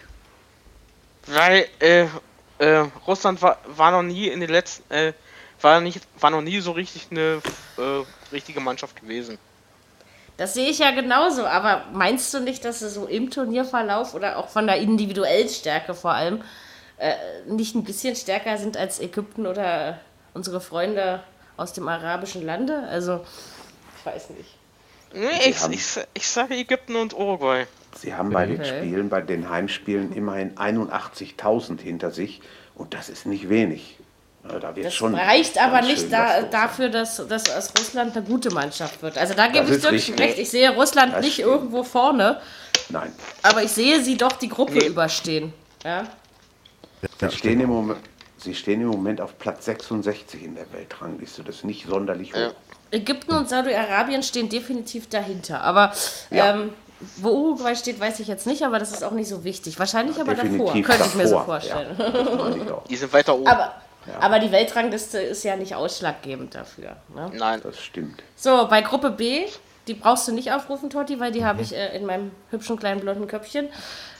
Weil Russland war noch nie in den letzten war noch nie so richtig eine richtige Mannschaft gewesen. Das sehe ich ja genauso, aber meinst du nicht, dass sie so im Turnierverlauf oder auch von der individuellen Stärke vor allem nicht ein bisschen stärker sind als Ägypten oder unsere Freunde aus dem arabischen Lande? Also, ich weiß nicht. Nee, ich sage Ägypten und Uruguay. Sie haben bei den Spielen, bei den Heimspielen immerhin 81.000 hinter sich und das ist nicht wenig. Da wird Das schon reicht aber nicht schön was los dafür, dass aus Russland eine gute Mannschaft wird. Also da gebe Das ich ist Dirk richtig. recht. Ich sehe Russland Das nicht stimmt. irgendwo vorne, Nein, aber ich sehe sie doch die Gruppe überstehen. Ja? sie stehen im Moment auf Platz 66 in der Weltrangliste. Das ist nicht sonderlich hoch. Ägypten und Saudi-Arabien stehen definitiv dahinter. Aber wo Uruguay steht, weiß ich jetzt nicht, aber das ist auch nicht so wichtig. Wahrscheinlich aber davor, Definitiv könnte ich mir so davor, vorstellen. Ja, das meine ich auch. Die sind weiter oben. Aber die Weltrangliste ist ja nicht ausschlaggebend dafür. Ne? Nein. Das stimmt. So, bei Gruppe B, die brauchst du nicht aufrufen, Totti, weil die habe ich in meinem hübschen kleinen blonden Köpfchen.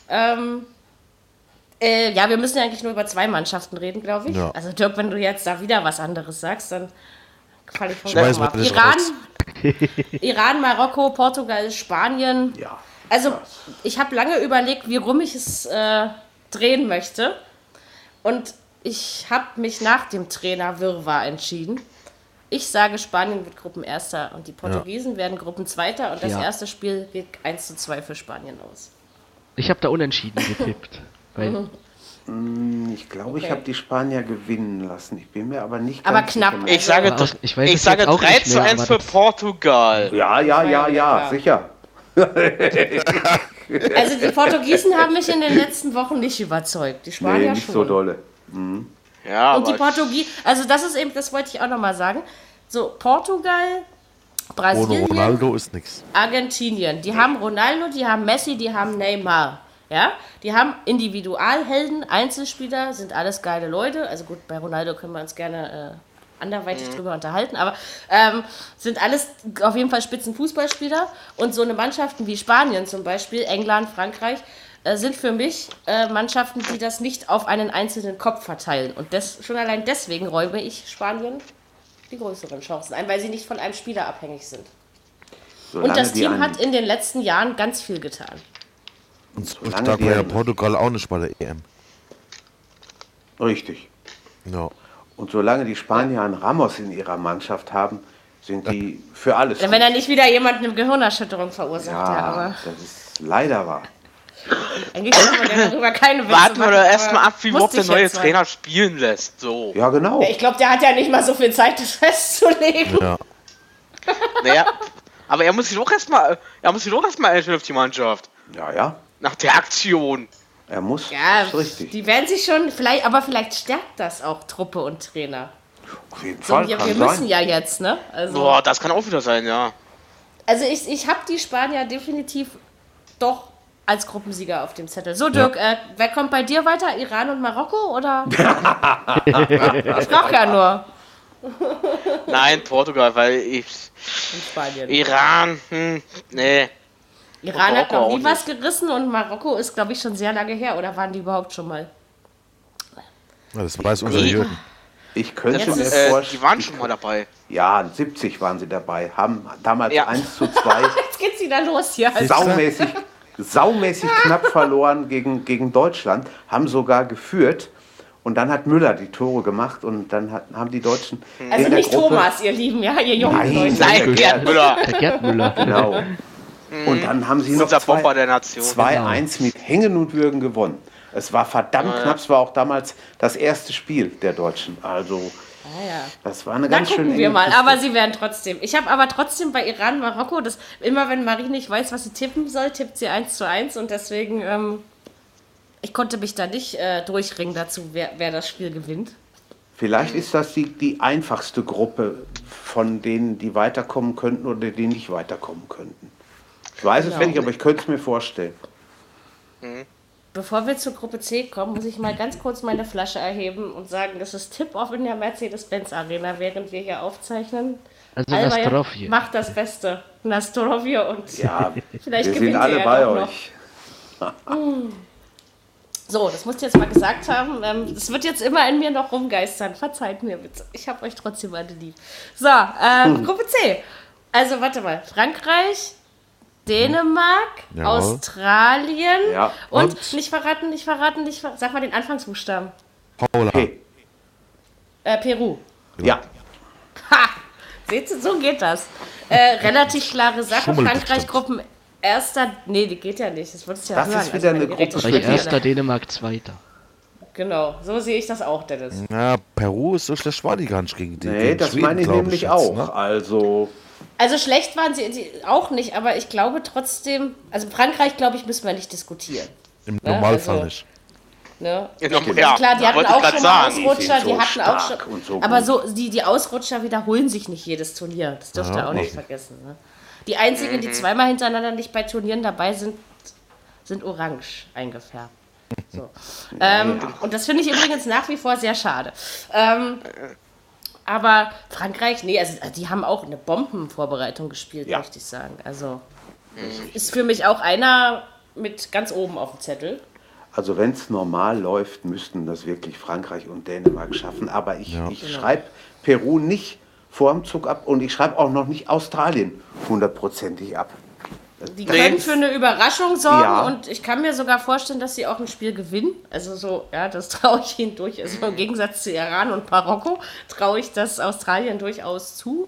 Wir müssen ja eigentlich nur über 2 Mannschaften reden, glaube ich. Ja. Also Dirk, wenn du jetzt da wieder was anderes sagst, dann falle ich von Schmeiß Glauben ab. mal das Iran, Marokko, Portugal, Spanien. Ja. Also ich habe lange überlegt, wie rum ich es drehen möchte. Und ich habe mich nach dem Trainer Wirrwarr entschieden. Ich sage, Spanien wird Gruppenerster und die Portugiesen werden Gruppenzweiter und das erste Spiel geht 1:2 für Spanien aus. Ich habe da unentschieden getippt. Weil Ich glaube, ich habe die Spanier gewinnen lassen. Ich bin mir aber nicht Aber ganz knapp. sicher. Ich sage, Aber ich weiß ich es sage jetzt auch nicht 3:1 mehr, für aber das- Portugal. Ja, sicher. Also die Portugiesen haben mich in den letzten Wochen nicht überzeugt. Die Spanier Nee, nicht schon. so dolle. Ja, Und die aber Portugiesen, also das ist eben, das wollte ich auch nochmal sagen. So, Portugal, Ohne Brasilien, Ronaldo ist nichts. Argentinien. Die haben Ronaldo, die haben Messi, die haben Neymar. Ja, die haben Individualhelden, Einzelspieler, sind alles geile Leute. Also gut, bei Ronaldo können wir uns gerne anderweitig drüber unterhalten, aber sind alles auf jeden Fall Spitzenfußballspieler. Und so eine Mannschaften wie Spanien zum Beispiel, England, Frankreich, sind für mich Mannschaften, die das nicht auf einen einzelnen Kopf verteilen. Und schon allein deswegen räume ich Spanien die größeren Chancen ein, weil sie nicht von einem Spieler abhängig sind. Und das Team hat in den letzten Jahren ganz viel getan. Und so Solange stark die war ja einen- Portugal auch nicht bei der EM. Richtig. Ja. Und solange die Spanier einen Ramos in ihrer Mannschaft haben, sind die für alles Wenn er nicht wieder jemanden eine Gehirnerschütterung verursacht, aber das ist leider wahr. eigentlich kann man ja darüber keine Witze warten wir machen, doch aber erstmal ab, wie überhaupt musste der ich neue jetzt mal. Trainer spielen lässt. So. Ja, genau. Ich glaube, der hat ja nicht mal so viel Zeit, das festzulegen. Ja. Naja, aber er muss sich doch erstmal einstellen auf die Mannschaft. Ja. Nach der Aktion. Er muss. Ja, ist richtig. die werden sich schon, vielleicht stärkt das auch Truppe und Trainer. Auf jeden So, Fall. wir kann müssen sein. ja jetzt, ne? Also, Boah, das kann auch wieder sein, ja. also ich habe die Spanier definitiv doch als Gruppensieger auf dem Zettel. So, Dirk, wer kommt bei dir weiter? Iran und Marokko, oder? Ich brauche ja nur. Nein, Portugal, weil ich... In Spanien. Iran, nee. Iran hat Marokko noch auch nie was gerissen und Marokko ist, glaube ich, schon sehr lange her. Oder waren die überhaupt schon mal? Ja, das weiß unser Jürgen. Ich könnte Jetzt mir ist- vorstellen. Die waren schon mal dabei. Ja, 70 waren sie dabei. Haben damals Ja. 1:2 Jetzt geht's wieder los hier. saumäßig knapp verloren gegen Deutschland. Haben sogar geführt. Und dann hat Müller die Tore gemacht. Und dann haben die Deutschen Also in der nicht Gruppe, Thomas, ihr Lieben, ja, ihr jungen Nein, Leute. Nein, Gerd Müller. Der Gerd Müller. Genau. Und dann haben sie noch Unser Bomber der Nation. 2-1 mit Hängen und Würgen gewonnen. Es war verdammt knapp. Es war auch damals das erste Spiel der Deutschen. Also, das war eine Da ganz schöne gucken wir enge mal, Kiste. aber sie werden trotzdem. Ich habe aber trotzdem bei Iran, Marokko, das immer wenn Marie nicht weiß, was sie tippen soll, tippt sie 1:1 und deswegen, ich konnte mich da nicht durchringen dazu, wer das Spiel gewinnt. Vielleicht ist das die einfachste Gruppe von denen, die weiterkommen könnten oder die nicht weiterkommen könnten. Ich weiß es nicht, aber ich könnte es mir vorstellen. Bevor wir zur Gruppe C kommen, muss ich mal ganz kurz meine Flasche erheben und sagen, das ist Tip-Off in der Mercedes-Benz Arena, während wir hier aufzeichnen. Also Alba Nastrovje. macht das Beste. Nastrovje und Ja, vielleicht wir gewinnt sind alle er bei doch noch. euch. So, das musst ihr jetzt mal gesagt haben. Das wird jetzt immer in mir noch rumgeistern. Verzeiht mir bitte. Ich habe euch trotzdem alle lieb. So, Gruppe C. Also, warte mal. Frankreich, Dänemark, Jawohl. Australien Ja. und nicht verraten. Sag mal den Anfangsbuchstaben. Paula. Okay. Peru. Ja, Ha! Seht ihr, so geht das. Relativ klare Sache. Schummel Frankreich bestimmt. Gruppenerster. Nee, die geht ja nicht. Das würdest du ja Das hören. ist wieder meine eine Gruppe direkte für Frankreich die- erster, Dänemark zweiter. Genau, so sehe ich das auch, Dennis. Ja, Peru ist so schlecht, war die gar nicht gegen die. nee, gegen das Schweden, meine ich glaub nämlich jetzt, auch. ne? Also, Also schlecht waren sie auch nicht, aber ich glaube trotzdem, also Frankreich, glaube ich, müssen wir nicht diskutieren. Im Normalfall also- nicht. Ne? Ja, Also klar, die hatten wollte ich auch grad schon mal sagen. Ausrutscher, Die die sind so hatten auch stark schon. und so aber gut. so, die Ausrutscher wiederholen sich nicht jedes Turnier. Das dürft ihr auch nicht vergessen. Ne? Die einzigen, die zweimal hintereinander nicht bei Turnieren dabei sind, sind orange eingefärbt. So. Und das finde ich übrigens nach wie vor sehr schade. Aber Frankreich, nee, also die haben auch eine Bombenvorbereitung gespielt, Ja. möchte ich sagen. Also ist für mich auch einer mit ganz oben auf dem Zettel. Also wenn es normal läuft, müssten das wirklich Frankreich und Dänemark schaffen. Aber ich schreibe Peru nicht vorm Zug ab und ich schreibe auch noch nicht Australien hundertprozentig ab. Die können für eine Überraschung sorgen Ja. und ich kann mir sogar vorstellen, dass sie auch ein Spiel gewinnen. Also so, ja, das traue ich ihnen durch. Also im Gegensatz zu Iran und Marokko traue ich das Australien durchaus zu.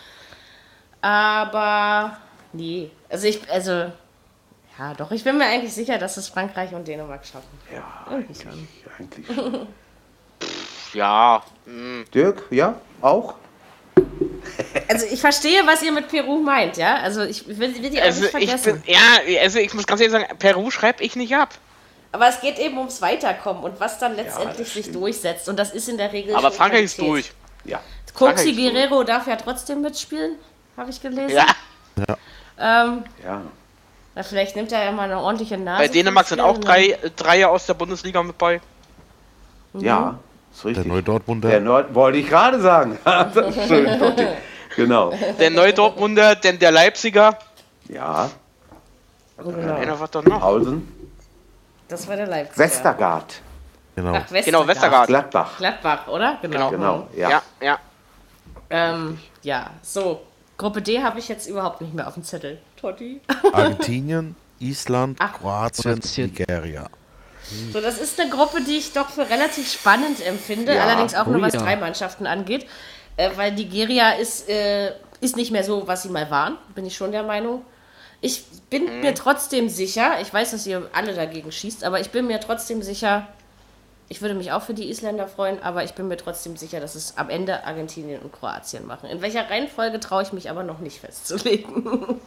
Aber nee, ja, doch, ich bin mir eigentlich sicher, dass es Frankreich und Dänemark schaffen. Ja, Irgendwie eigentlich schon. Ja, Dirk, ja, auch? Also ich verstehe, was ihr mit Peru meint, ja? Also ich will die auch nicht vergessen. Ich muss ganz ehrlich sagen, Peru schreibe ich nicht ab. Aber es geht eben ums Weiterkommen und was dann letztendlich sich stimmt. durchsetzt. Und das ist in der Regel Aber schon Frankreich ist Qualität. durch. Ja. Coxy Frankreich ist durch. Guerrero darf ja trotzdem mitspielen, habe ich gelesen. Ja, Ja. Na, vielleicht nimmt er ja mal eine ordentliche Nase. bei Dänemark vom sind auch Spiel und Dreier aus der Bundesliga mit bei. Ja, ist Der richtig. neue Dortmunder. Der Nord wollte ich gerade sagen. Das ist schön, Totti. Genau. Der Neudortmunder, denn der Leipziger. Ja, Einer war doch noch. Pausen. Das war der Leipzig. Westergaard. Genau. Ach, Westergaard. Genau, Westergaard. Gladbach. Gladbach, oder? Genau, ja. Ja. Ja, so. Gruppe D habe ich jetzt überhaupt nicht mehr auf dem Zettel. Totti. Argentinien, Island, Ach. Kroatien, Kroatien. Nigeria. So, das ist eine Gruppe, die ich doch für relativ spannend empfinde. Ja. Allerdings auch nur, Oh was ja. 3 Mannschaften angeht. Weil Nigeria ist nicht mehr so, was sie mal waren. Bin ich schon der Meinung. Ich bin mir trotzdem sicher, ich weiß, dass ihr alle dagegen schießt, aber ich bin mir trotzdem sicher, ich würde mich auch für die Isländer freuen, aber ich bin mir trotzdem sicher, dass es am Ende Argentinien und Kroatien machen. In welcher Reihenfolge traue ich mich aber noch nicht festzulegen.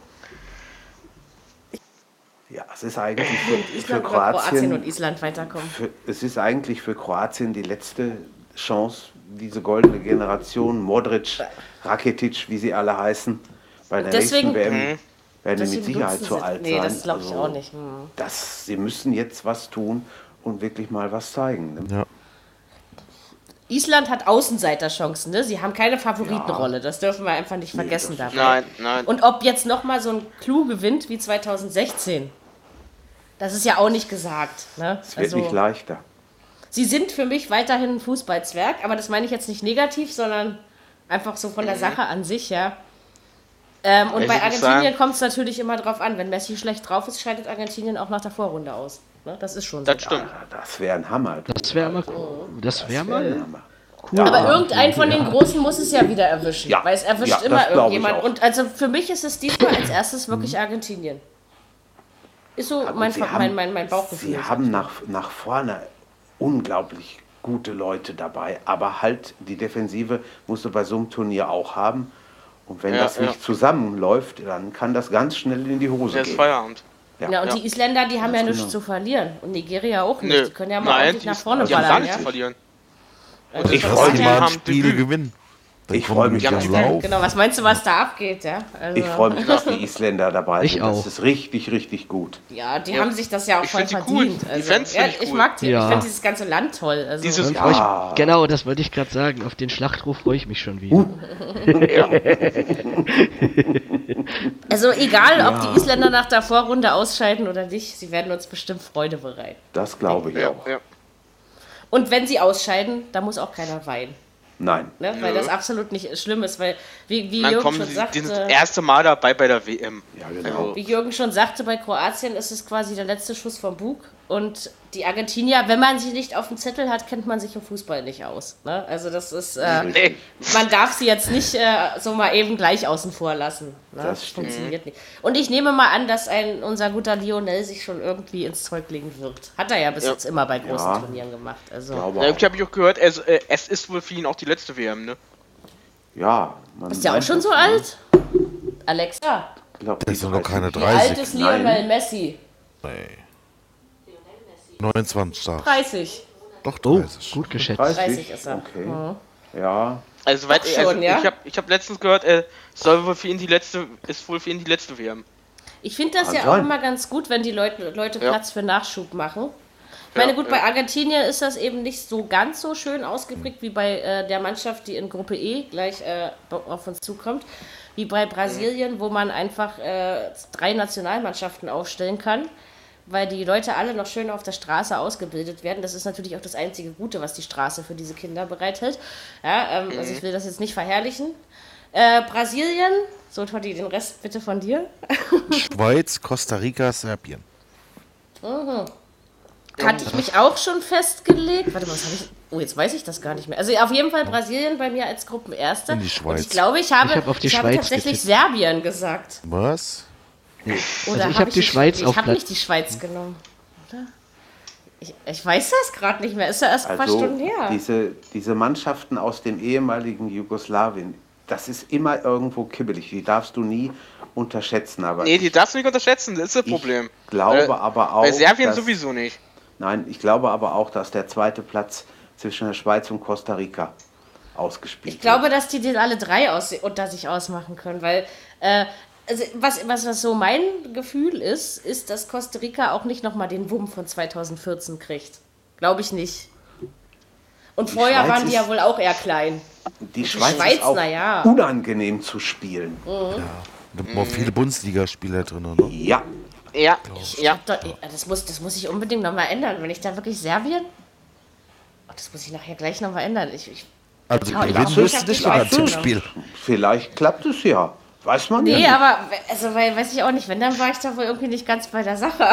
Ja, es ist eigentlich für Island oder Kroatien und Kroatien. Island weiterkommen. Es ist eigentlich für Kroatien die letzte Chance, diese goldene Generation, Modric, Rakitic, wie sie alle heißen, bei der Deswegen- nächsten WM werden die mit Sicherheit zu alt sein. Nee, das glaube ich auch nicht. Sie müssen jetzt was tun und wirklich mal was zeigen. Ne? Ja. Island hat Außenseiterchancen, ne? Sie haben keine Favoritenrolle, das dürfen wir einfach nicht vergessen dabei. Nein. Und ob jetzt nochmal so ein Clou gewinnt wie 2016, das ist ja auch nicht gesagt. Ne? Es wird nicht leichter. Sie sind für mich weiterhin ein Fußballzwerg, aber das meine ich jetzt nicht negativ, sondern einfach so von der Sache an sich, ja. Und bei Argentinien kommt es natürlich immer drauf an, wenn Messi schlecht drauf ist, scheidet Argentinien auch nach der Vorrunde aus. Ne? Das ist schon so. Das stimmt. Das wäre ein Hammer. Das wäre mal Cool. Aber irgendein von den Großen muss es ja wieder erwischen, weil es erwischt immer irgendjemand. Und also für mich ist es diesmal als erstes wirklich Argentinien. Ist so mein Bauchgefühl. Sie haben nach vorne unglaublich gute Leute dabei, aber halt die Defensive musst du bei so einem Turnier auch haben. Und wenn das nicht zusammenläuft, dann kann das ganz schnell in die Hose gehen. Feierabend. Ja, und die Isländer, die haben ja nichts zu verlieren. Und Nigeria auch nicht. Die können ja mal ordentlich nach vorne ballern. Die haben gar nichts zu verlieren. Und Ich wollte mal ein Spiel gewinnen. Ich freue mich auf Genau, was meinst du, was da abgeht? Ja? Also, ich freue mich, dass die Isländer dabei sind. Ich auch. Das ist richtig, richtig gut. Ja, die haben sich das ja auch voll verdient. Cool. Also, ich mag die. Ich finde dieses ganze Land toll. Also, genau, das wollte ich gerade sagen. Auf den Schlachtruf freue ich mich schon wieder. Also egal, ob die Isländer nach der Vorrunde ausscheiden oder nicht, sie werden uns bestimmt Freude bereiten. Das glaube ich auch. Ja. Und wenn sie ausscheiden, da muss auch keiner weinen. Nein. Ne? Weil das absolut nicht schlimm ist, weil wie Dann Jürgen schon die sagte, sind das erste Mal dabei bei der WM. Ja, genau. wie Jürgen schon sagte, bei Kroatien ist es quasi der letzte Schuss vom Bug. Und die Argentinier, wenn man sie nicht auf dem Zettel hat, kennt man sich im Fußball nicht aus. Ne? Also das ist, man darf sie jetzt nicht so mal eben gleich außen vor lassen. Ne? Das funktioniert nicht. Und ich nehme mal an, dass unser guter Lionel sich schon irgendwie ins Zeug legen wird. Hat er ja bis jetzt immer bei großen Turnieren gemacht. Also. Ich habe auch gehört, es ist wohl für ihn auch die letzte WM, ne? Ja. Ist der auch schon so alt? Alexa? Das sind noch keine Wie alt 30. ist Lionel Messi? Nee. 29 Jahre. 30. Doch 30. Gut geschätzt. 30 ist er. Okay. Ja. Also, ich habe letztens gehört, ist wohl für ihn die letzte WM. Ich finde das ja auch immer ganz gut, wenn die Leute Platz für Nachschub machen. Ich meine, gut, bei Argentinien ist das eben nicht so ganz so schön ausgeprägt wie bei der Mannschaft, die in Gruppe E gleich auf uns zukommt, wie bei Brasilien, wo man einfach 3 Nationalmannschaften aufstellen kann, weil die Leute alle noch schön auf der Straße ausgebildet werden. Das ist natürlich auch das einzige Gute, was die Straße für diese Kinder bereithält. Ja, also ich will das jetzt nicht verherrlichen. Brasilien, so Totti, den Rest bitte von dir. Schweiz, Costa Rica, Serbien. Hatte ich mich auch schon festgelegt. Warte mal, was habe ich... Oh, jetzt weiß ich das gar nicht mehr. Also auf jeden Fall Brasilien bei mir als Gruppenerster. Und die Schweiz. Und ich glaube, ich habe Schweiz tatsächlich Serbien gesagt. Was? Oder also ich habe die Schweiz auf Ich habe nicht die Schweiz genommen. Oder? Ich weiß das gerade nicht mehr. Ist ja erst ein paar Stunden her. Diese Mannschaften aus dem ehemaligen Jugoslawien, das ist immer irgendwo kibbelig. Die darfst du nie unterschätzen. Aber die darfst du nicht unterschätzen, das ist das Problem. Ich glaube aber auch... Bei Serbien sowieso nicht. Nein, ich glaube aber auch, dass der zweite Platz zwischen der Schweiz und Costa Rica ausgespielt wird. Ich glaube, dass die alle 3 unter sich ausmachen können, weil... Also was so mein Gefühl ist, dass Costa Rica auch nicht nochmal den Wumm von 2014 kriegt. Glaube ich nicht. Und vorher waren die ja wohl auch eher klein. Die Schweiz ist auch unangenehm zu spielen. Ja, da haben auch viele Bundesligaspieler drin, oder? Ja. Das muss ich unbedingt nochmal ändern. Wenn ich da wirklich Serbien... das muss ich nachher gleich nochmal ändern. Also gewinnen müsst nicht mal ein Tippspiel. Vielleicht klappt es ja. Weiß man nicht. Nee, aber weil, weiß ich auch nicht. Wenn, dann war ich da wohl irgendwie nicht ganz bei der Sache.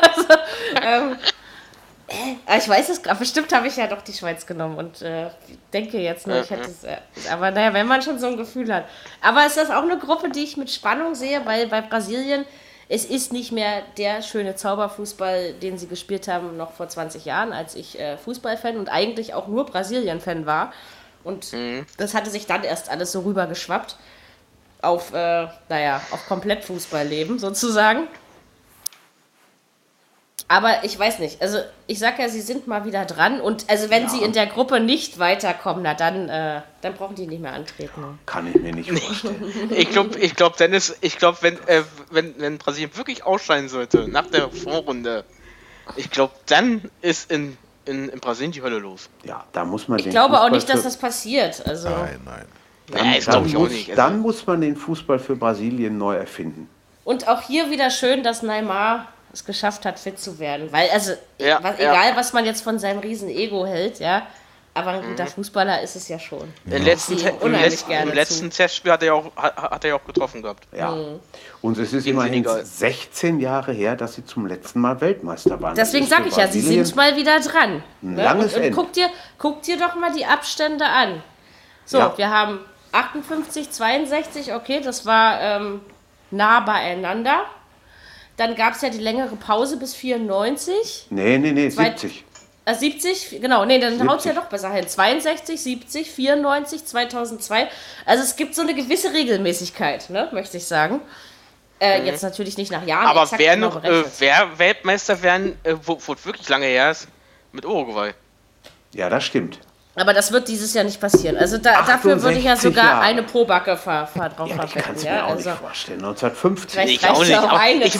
Ich weiß es gerade. Bestimmt habe ich ja doch die Schweiz genommen und denke jetzt nur, ich hätte es. Aber naja, wenn man schon so ein Gefühl hat. Aber ist das auch eine Gruppe, die ich mit Spannung sehe, weil bei Brasilien, es ist nicht mehr der schöne Zauberfußball, den sie gespielt haben noch vor 20 Jahren, als ich Fußballfan und eigentlich auch nur Brasilien-Fan war. Und das hatte sich dann erst alles so rübergeschwappt auf komplett Fußballleben sozusagen. Aber ich weiß nicht. Also ich sag ja, sie sind mal wieder dran. Und also wenn sie in der Gruppe nicht weiterkommen, na dann brauchen die nicht mehr antreten. Ne? Kann ich mir nicht vorstellen. Ich glaube, Dennis, wenn Brasilien wirklich ausscheiden sollte nach der Vorrunde, ich glaube, dann ist in Brasilien die Hölle los. Ja, da muss man Ich glaube auch nicht, dass das passiert. Also Nein. Dann muss man den Fußball für Brasilien neu erfinden. Und auch hier wieder schön, dass Neymar es geschafft hat, fit zu werden. Weil, egal, was man jetzt von seinem riesen Ego hält, ja, aber ein guter Fußballer ist es ja schon. Im letzten Testspiel hat er ja auch getroffen gehabt. Ja. Und es ist immerhin 16 Jahre her, dass sie zum letzten Mal Weltmeister waren. Deswegen sage ich ja, sie sind mal wieder dran. Ein langes Ende. Und guck dir doch mal die Abstände an. So, wir haben 58, 62, okay, das war nah beieinander. Dann gab es ja die längere Pause bis 94. Nee, 70. 70, genau, nee, dann haut es ja doch besser hin. 62, 70, 94, 2002. Also es gibt so eine gewisse Regelmäßigkeit, ne, möchte ich sagen. Jetzt natürlich nicht nach Jahren. Aber wer Weltmeister werden, wo wirklich lange her ist, mit Uruguay. Ja, das stimmt. Aber das wird dieses Jahr nicht passieren. Also dafür würde ich ja sogar Jahre. eine Probacke drauf verwetten. Ich kann es mir auch nicht vorstellen. 1950. Ich auch nicht.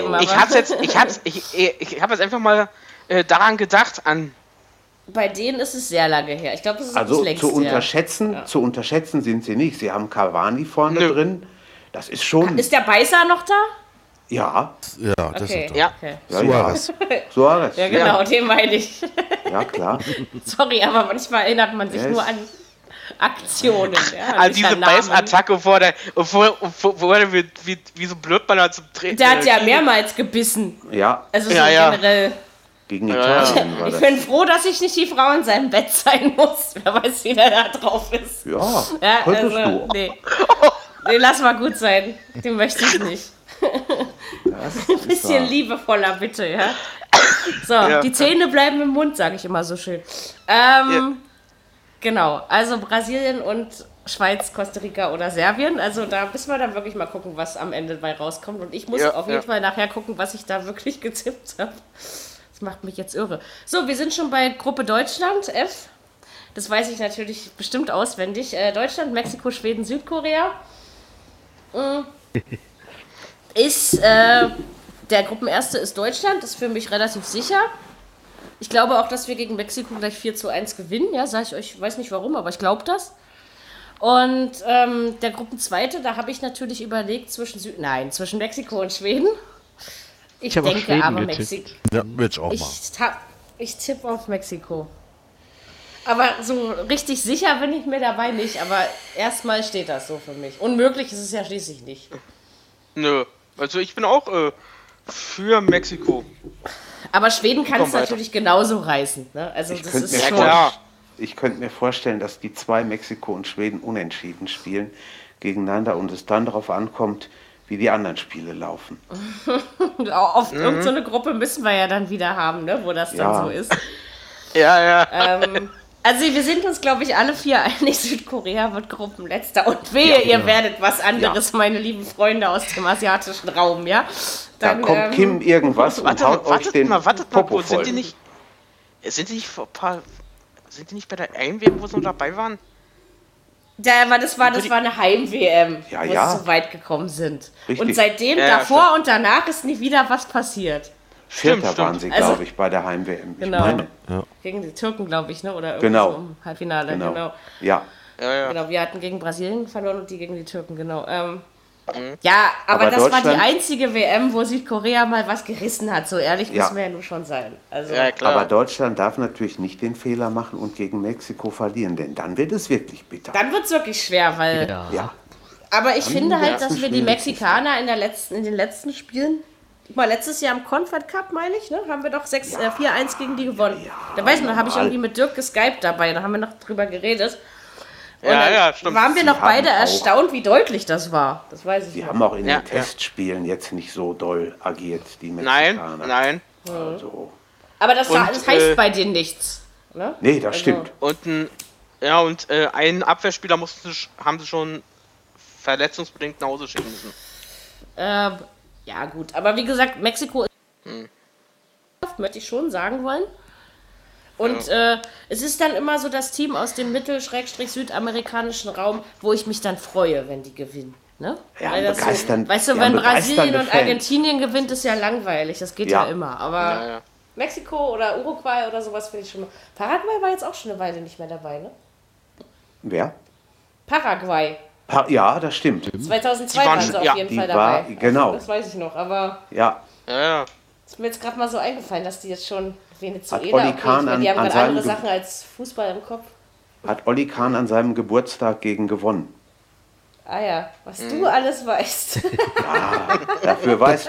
Ich habe jetzt einfach mal daran gedacht, bei denen ist es sehr lange her. Ich glaube, das ist also längst zu unterschätzen sind sie nicht. Sie haben Cavani vorne drin. Das ist schon... Ist der Beißer noch da? Ja. Ja, das Okay. ist ja. Suarez. Ja, genau, den meine ich. Ja, klar. Sorry, aber manchmal erinnert man sich nur an Aktionen. Ja, an diese Beißattacke, wo er wie so blöd man da zum Treten. Der hat ja mehrmals gebissen. Ja. Also so generell. Gegen Italien war Ich das. bin froh, dass ich nicht die Frau in seinem Bett sein muss. Wer weiß, wie der da drauf ist. Ja, könntest du. Nee, lass mal gut sein. Den möchte ich nicht. Ein bisschen liebevoller, bitte, ja. So, die Zähne bleiben im Mund, sage ich immer so schön. Genau, also Brasilien und Schweiz, Costa Rica oder Serbien. Also da müssen wir dann wirklich mal gucken, was am Ende bei rauskommt. Und ich muss auf jeden Fall nachher gucken, was ich da wirklich getippt habe. Das macht mich jetzt irre. So, wir sind schon bei Gruppe Deutschland, F. Das weiß ich natürlich bestimmt auswendig. Deutschland, Mexiko, Schweden, Südkorea. Der Gruppenerste ist Deutschland, das ist für mich relativ sicher. Ich glaube auch, dass wir gegen Mexiko gleich 4:1 gewinnen. Ja, sage ich euch, ich weiß nicht warum, aber ich glaube das. Und der Gruppenzweite, da habe ich natürlich überlegt zwischen Mexiko und Schweden. Ich denke aber Mexiko. Ja, will ich auch machen. Ich tippe auf Mexiko. Aber so richtig sicher bin ich mir dabei nicht. Aber erstmal steht das so für mich. Unmöglich ist es ja schließlich nicht. Nö. Also ich bin auch für Mexiko. Aber Schweden kann es natürlich genauso reißen. Ne? Also das ist schon... Ich könnte mir vorstellen, dass die zwei Mexiko und Schweden unentschieden spielen gegeneinander und es dann darauf ankommt, wie die anderen Spiele laufen. Auf irgendeine Gruppe müssen wir ja dann wieder haben, ne? Wo das dann so ist. Also wir sind uns, glaube ich, alle 4 einig, Südkorea wird Gruppenletzter. Und wehe, ihr werdet was anderes, meine lieben Freunde aus dem asiatischen Raum, ja? Dann, da kommt Kim irgendwas und haut euch den Popo voll. Sind die nicht bei der EM-WM, wo sie noch dabei waren? Das war eine Heim-WM, wo sie so weit gekommen sind. Richtig. Und seitdem, davor und danach, ist nie wieder was passiert. Vierter waren sie, glaube ich, bei der Heim-WM. Genau. Ich meine. Ja. Gegen die Türken, glaube ich, ne? Oder irgendwie so im Halbfinale. Genau. Ja. Genau, wir hatten gegen Brasilien verloren und die gegen die Türken, genau. Ja, aber das war die einzige WM, wo Südkorea mal was gerissen hat. So ehrlich müssen wir ja nur schon sein. Also, klar. Aber Deutschland darf natürlich nicht den Fehler machen und gegen Mexiko verlieren, denn dann wird es wirklich bitter. Dann wird es wirklich schwer, weil... Ja. Aber ich finde halt, dass wir die Mexikaner in den letzten Spielen... Mal letztes Jahr im Confed Cup, meine ich, ne, haben wir doch 4:1 gegen die gewonnen. Da weiß man, da habe ich irgendwie mit Dirk geskypt dabei, da haben wir noch drüber geredet. Und stimmt. Waren wir noch beide erstaunt, wie deutlich das war. Das weiß ich Die noch. haben auch in den Testspielen jetzt nicht so doll agiert, die Mexikaner. Nein. Also. Aber das heißt bei denen nichts. Ne? Nee, das stimmt. Und einen Abwehrspieler haben sie schon verletzungsbedingt nach Hause schicken müssen. Ja, gut. Aber wie gesagt, Mexiko ist Mannschaft, möchte ich schon sagen wollen. Und es ist dann immer so das Team aus dem mittel-südamerikanischen Raum, wo ich mich dann freue, wenn die gewinnen. Ne? Ja, Weil das begeistern, so, weißt du, wenn Brasilien und Argentinien gewinnt, ist ja langweilig. Das geht ja immer. Aber Mexiko oder Uruguay oder sowas finde ich schon. Paraguay war jetzt auch schon eine Weile nicht mehr dabei, ne? Wer? Paraguay. Ja, das stimmt. 2002 waren sie auf jeden Fall dabei. Genau. Das weiß ich noch, aber ja. Ist mir jetzt gerade mal so eingefallen, dass die jetzt schon Venezuela, die haben gerade andere Sachen als Fußball im Kopf. Hat Olli Kahn an seinem Geburtstag gegen gewonnen. Ah ja, was du alles weißt. Ja, dafür weißt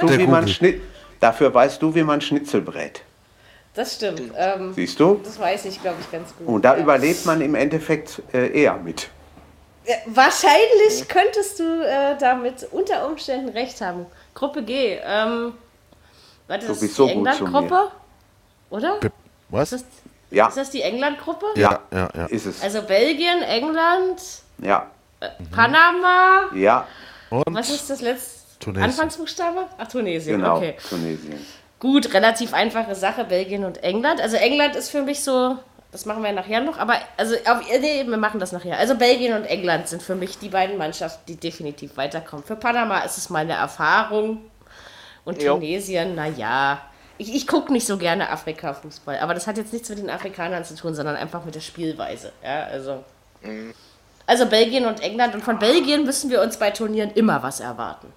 du, wie man Schnitzel brät. Das stimmt. Siehst du? Das weiß ich, glaube ich, ganz gut. Und da überlebt man im Endeffekt eher mit. Wahrscheinlich könntest du damit unter Umständen recht haben. Gruppe G. Warte, das ist die England-Gruppe? Oder? Was? Ist das die England-Gruppe? Ja, ist es. Also Belgien, England, ja. Panama. Ja. Und was ist das letzte? Tunesien. Anfangsbuchstabe? Ach, Tunesien, Genau, okay. Tunesien. Gut, relativ einfache Sache, Belgien und England. Also England ist für mich so, das machen wir nachher noch, aber wir machen das nachher. Also Belgien und England sind für mich die beiden Mannschaften, die definitiv weiterkommen. Für Panama ist es meine Erfahrung und Tunesien, naja. Ich gucke nicht so gerne Afrika-Fußball, aber das hat jetzt nichts mit den Afrikanern zu tun, sondern einfach mit der Spielweise. Ja, also Belgien und England. Und von Belgien müssen wir uns bei Turnieren immer was erwarten.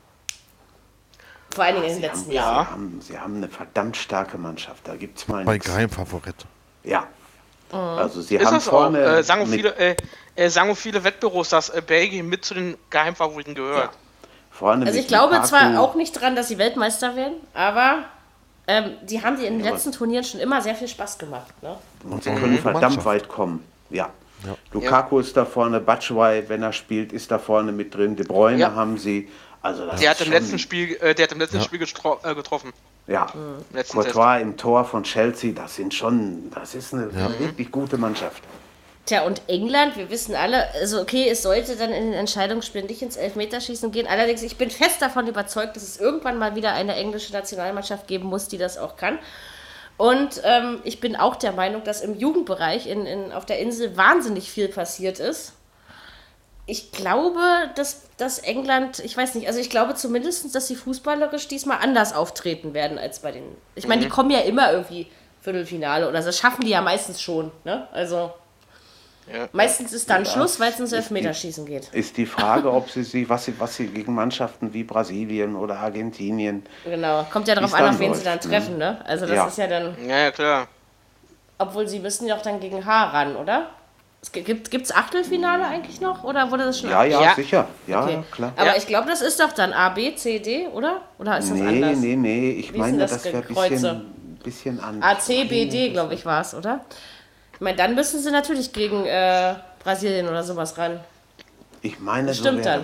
Vor allen Dingen in den letzten Jahren. Sie haben eine verdammt starke Mannschaft. Da gibt es mal mein Geheimfavorit. Ja. Also sie ist haben das vorne... auch? Sagen viele Wettbüros, dass Belgien mit zu den Geheimfavoriten gehört. Ja. Vorne also ich glaube zwar auch nicht dran, dass sie Weltmeister werden, aber die haben in den letzten Turnieren schon immer sehr viel Spaß gemacht. Ne? Und sie können verdammt weit kommen. Ja. Lukaku ist da vorne, Batshuayi, wenn er spielt, ist da vorne mit drin. De Bruyne haben sie. Also das der hat im letzten Spiel getroffen. Ja, Courtois im Tor von Chelsea, das ist eine wirklich gute Mannschaft. Tja, und England, wir wissen alle, also okay, es sollte dann in den Entscheidungsspielen nicht ins Elfmeterschießen gehen. Allerdings, ich bin fest davon überzeugt, dass es irgendwann mal wieder eine englische Nationalmannschaft geben muss, die das auch kann. Und ich bin auch der Meinung, dass im Jugendbereich auf der Insel wahnsinnig viel passiert ist. Ich glaube, dass England, ich weiß nicht, also ich glaube zumindest, dass sie fußballerisch diesmal anders auftreten werden als bei den... Ich meine, die kommen ja immer irgendwie Viertelfinale oder so, das schaffen die ja meistens schon, ne? Also meistens ist dann Schluss, weil es ins Elfmeterschießen geht. Ist die Frage, ob was sie gegen Mannschaften wie Brasilien oder Argentinien... Genau, kommt ja darauf an, auf wen sie dann treffen, ne? Also das ist ja dann... Ja, klar. Obwohl, sie müssen ja auch dann gegen H ran, oder? Gibt's Achtelfinale eigentlich noch? Oder wurde das schon? Ja, sicher. Ja, okay. Klar. Aber ich glaube, das ist doch dann A, B, C, D, oder? Oder ist das anders? Nee. Ich meine, das wäre ein bisschen anders. A, C, B, D, glaube ich, war es, oder? Ich meine, dann müssen sie natürlich gegen Brasilien oder sowas ran. Ich meine, das stimmt dann.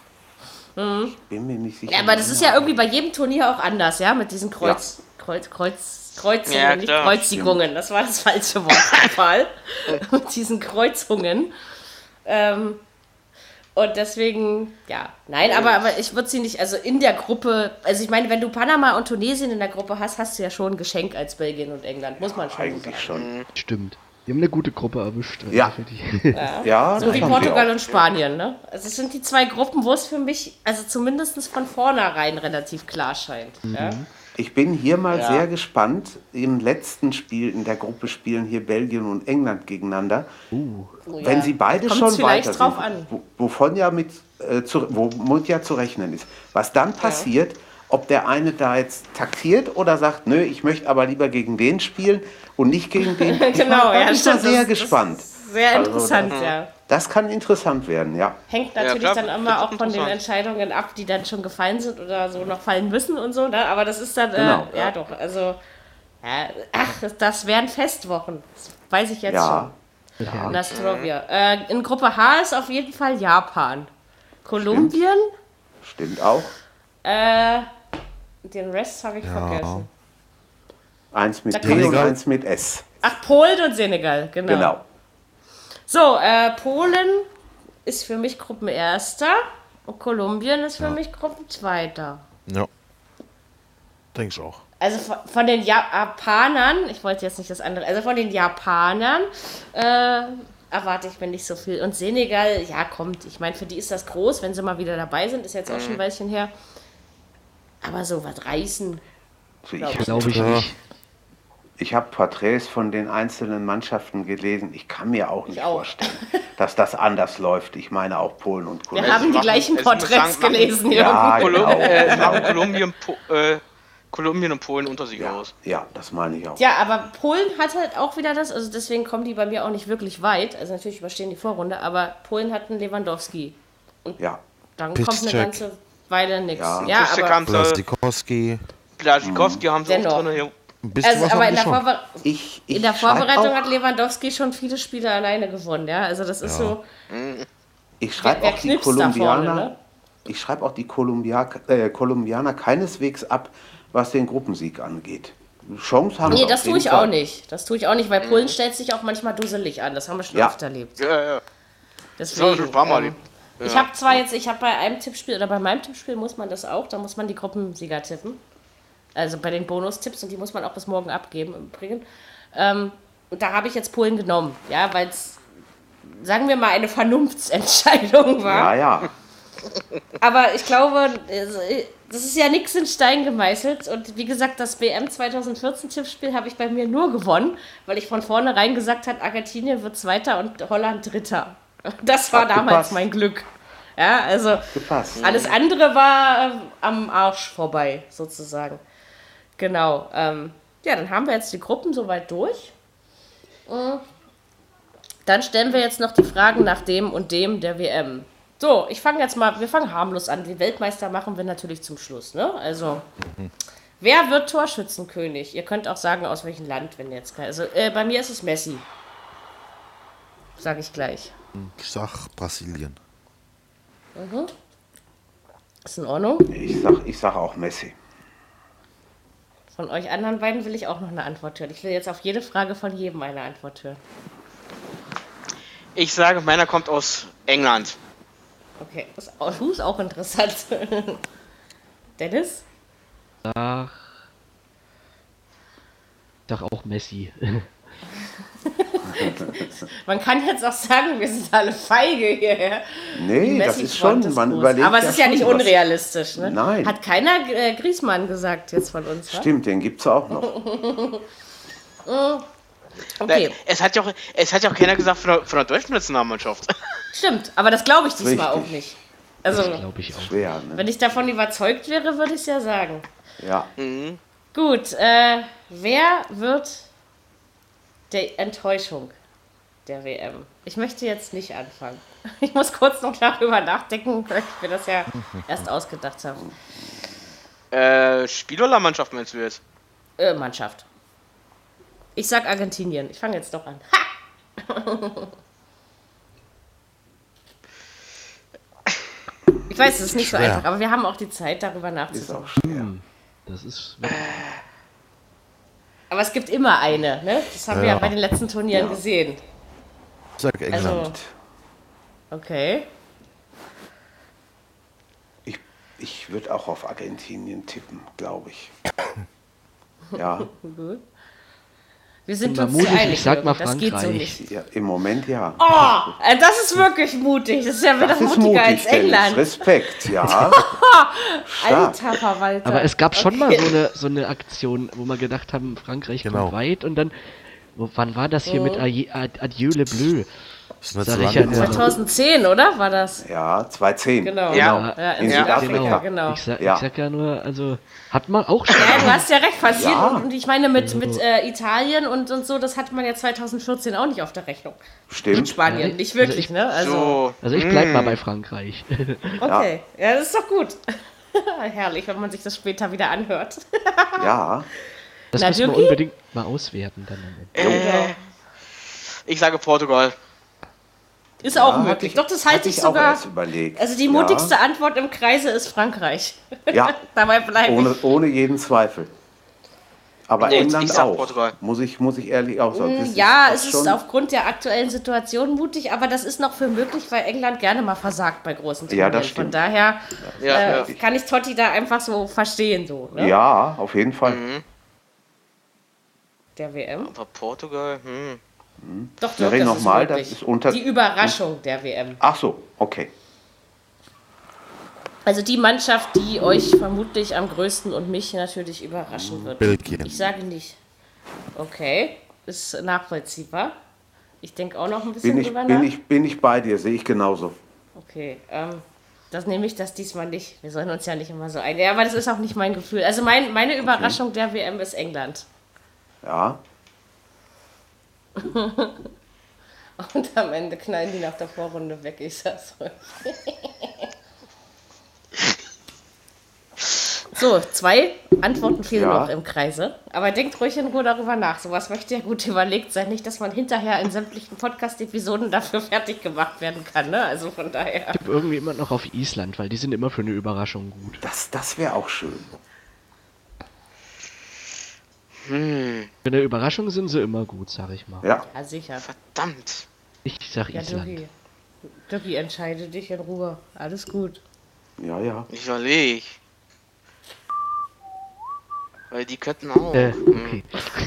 Ich bin mir nicht sicher. Ja, aber das ist ja irgendwie bei jedem Turnier auch anders, ja? Mit diesen Kreuzungen, nicht Kreuzigungen. Stimmt. Das war das falsche Wort im Fall. Mit diesen Kreuzungen. Und deswegen, aber ich würde sie nicht, also in der Gruppe, also ich meine, wenn du Panama und Tunesien in der Gruppe hast, hast du ja schon ein Geschenk als Belgien und England, muss man schon eigentlich sagen. schon. Stimmt. Die haben eine gute Gruppe erwischt. Ja, so wie Portugal und Spanien, ne? Also es sind die zwei Gruppen, wo es für mich, also zumindest von vornherein relativ klar scheint. Ja? Ich bin hier mal sehr gespannt. Im letzten Spiel in der Gruppe spielen hier Belgien und England gegeneinander. Wenn sie beide schon weiter sind, womit ja zu rechnen ist. Was dann passiert, ob der eine da jetzt taktiert oder sagt, nö, ich möchte aber lieber gegen den spielen und nicht gegen den. Genau, ich bin sehr gespannt. Sehr interessant, Das kann interessant werden, ja. Hängt natürlich dann immer auch von den Entscheidungen ab, die dann schon gefallen sind oder so noch fallen müssen und so, ne? Aber das ist dann, doch, also, das wären Festwochen, das weiß ich jetzt schon. Ja. Nastrovia. In Gruppe H ist auf jeden Fall Japan. Kolumbien. Stimmt auch. Den Rest habe ich vergessen. Eins mit T und eins mit S. Ach, Polen und Senegal, genau. So, Polen ist für mich Gruppenerster und Kolumbien ist für mich Gruppenzweiter. Ja. Denke ich auch. Also von den Japanern, ich wollte jetzt nicht das andere, also von den Japanern erwarte ich mir nicht so viel. Und Senegal, ja, kommt. Ich meine, für die ist das groß, wenn sie mal wieder dabei sind, ist jetzt auch schon ein Weilchen her. Aber so was reißen, Glaube ich nicht. Ich habe Porträts von den einzelnen Mannschaften gelesen. Ich kann mir auch nicht vorstellen, dass das anders läuft. Ich meine auch Polen und Wir Kolumbien. haben die gleichen Porträts gelesen. Ja, Machen Kolumbien und Polen unter sich aus. Ja, das meine ich auch. Ja, aber Polen hat halt auch wieder das, also deswegen kommen die bei mir auch nicht wirklich weit. Also natürlich überstehen die Vorrunde, aber Polen hat einen Lewandowski. Und dann kommt eine ganze Weile nichts. Ja, aber Błaszczykowski haben sie auch drin. Also, aber in der Vorbereitung hat Lewandowski schon viele Spiele alleine gewonnen, ja. Also das ist so. Ich schreibe auch die Kolumbianer. Ne? Ich schreibe auch die Kolumbianer keineswegs ab, was den Gruppensieg angeht. Chance haben sie. Nee, das tue ich auch nicht. Das tue ich auch nicht, weil Polen stellt sich auch manchmal dusselig an. Das haben wir schon oft erlebt. Ja. Deswegen, Ja. Ich habe zwar jetzt, bei einem Tippspiel oder bei meinem Tippspiel muss man das auch, da muss man die Gruppensieger tippen. Also bei den Bonustipps, und die muss man auch bis morgen abgeben im Übrigen. Und da habe ich jetzt Polen genommen, ja, weil es, sagen wir mal, eine Vernunftsentscheidung war. Ja. Aber ich glaube, das ist ja nichts in Stein gemeißelt. Und wie gesagt, das WM 2014 Tippspiel habe ich bei mir nur gewonnen, weil ich von vornherein gesagt habe, Argentinien wird Zweiter und Holland Dritter. Das war damals mein Glück. Ja, also alles andere war am Arsch vorbei, sozusagen. Genau. Ja, dann haben wir jetzt die Gruppen soweit durch. Dann stellen wir jetzt noch die Fragen nach dem und dem der WM. So, wir fangen harmlos an. Die Weltmeister machen wir natürlich zum Schluss, ne? Also, wer wird Torschützenkönig? Ihr könnt auch sagen, aus welchem Land, wenn jetzt kein. Also, bei mir ist es Messi. Sag ich gleich. Ich sag Brasilien. Ist in Ordnung? Ich sag auch Messi. Von euch anderen beiden will ich auch noch eine Antwort hören. Ich will jetzt auf jede Frage von jedem eine Antwort hören. Ich sage, meiner kommt aus England. Okay, das ist auch interessant. Dennis? Sag auch Messi. Man kann jetzt auch sagen, wir sind alle feige hier. Nee, das ist schon, man überlegt. Aber es ist ja nicht unrealistisch, ne? Nein. Hat keiner Griezmann gesagt jetzt von uns, Stimmt, den gibt's auch noch. Okay. Es hat ja auch keiner gesagt von der deutschen Nationalmannschaft. Stimmt, aber das glaube ich diesmal auch nicht. Also, Das glaube ich auch. Schwer, ne? wenn ich davon überzeugt wäre, würde ich es ja sagen. Ja. Gut, wer wird der Enttäuschung der WM? Ich möchte jetzt nicht anfangen. Ich muss kurz noch darüber nachdenken, weil ich mir das ja erst ausgedacht habe. Spiel oder Mannschaft meinst du jetzt? Mannschaft. Ich sag Argentinien. Ich fange jetzt doch an. Ha! Ich weiß, es ist nicht so einfach, aber wir haben auch die Zeit, darüber nachzudenken. Das ist. Aber es gibt immer eine, ne? Das haben wir ja bei den letzten Turnieren gesehen. Ich sag England. Also, okay. Ich würde auch auf Argentinien tippen, glaube ich. Ja. Gut. Wir sind Bin uns mutig, zu einig. ich sag mal das geht so Frankreich. nicht. Ja, im Moment ja. Oh, das ist wirklich mutig. Das ist ja wieder Das ist mutiger als mutig, Dennis. England. Respekt, ja. Alter Verwalter. Aber es gab schon mal so eine Aktion, wo wir gedacht haben, Frankreich kommt weit und dann. Wann war das hier mit Adieu le Bleu? Das war Sag zu ich lange ja her. 2010, oder? War das? Ja, 2010. Genau. Ja. In Ja, Südafrika, genau. Ich sag ja nur, also hat man auch schon. Ja, du hast ja recht, passiert. Ja. Und ich meine, mit Italien und so, das hatte man ja 2014 auch nicht auf der Rechnung. Stimmt. Und Spanien, nicht wirklich, ne? Also, Also ich bleib mal bei Frankreich. okay. Ja, das ist doch gut. Herrlich, wenn man sich das später wieder anhört. Ja. Das Na, müssen wir Dirki? unbedingt mal auswerten dann. Ich sage Portugal. Ist auch hatte möglich. ich- Doch, das halte hatte ich auch sogar. erst überlegt. Also die mutigste Antwort im Kreise ist Frankreich. Ja, Dabei bleibe ich. ohne jeden Zweifel. Aber Nee, England ich sag auch. Portugal. Muss ich ehrlich auch sagen. Das Ja, fast es ist schon- aufgrund der aktuellen Situation mutig, aber das ist noch für möglich, weil England gerne mal versagt bei großen Turnieren. Ja, das Von stimmt. daher Ja. kann ich Totti da einfach so verstehen. So, ne? Ja, auf jeden Fall. der WM. Aber Portugal, Doch, Sag ich nochmal, das ist unter... die Überraschung der WM. Ach so, okay. Also die Mannschaft, die euch vermutlich am größten und mich natürlich überraschen wird. Belgien. Ich sage nicht. Okay, ist nachvollziehbar. Ich denke auch noch ein bisschen drüber nach. Bin ich bei dir, sehe ich genauso. Okay, das nehme ich das diesmal nicht. Wir sollen uns ja nicht immer so ein. Ja, aber das ist auch nicht mein Gefühl. Also meine Überraschung der WM ist England. Ja. Und am Ende knallen die nach der Vorrunde weg, ich sag's euch. So, 2 Antworten fehlen noch im Kreise. Aber denkt ruhig in Ruhe darüber nach. Sowas möchte ja gut überlegt sein. Nicht, dass man hinterher in sämtlichen Podcast-Episoden dafür fertig gemacht werden kann. Ne? Also von daher. Ich tippe irgendwie immer noch auf Island, weil die sind immer für eine Überraschung gut. Das wäre auch schön. Für eine Überraschung sind sie immer gut, sag ich mal. Ja. Ja, sicher. verdammt. Ich sag Ja, Island. Dirki, entscheide dich in Ruhe. Alles gut. Ja. Ich überlege. Weil die könnten auch. Okay.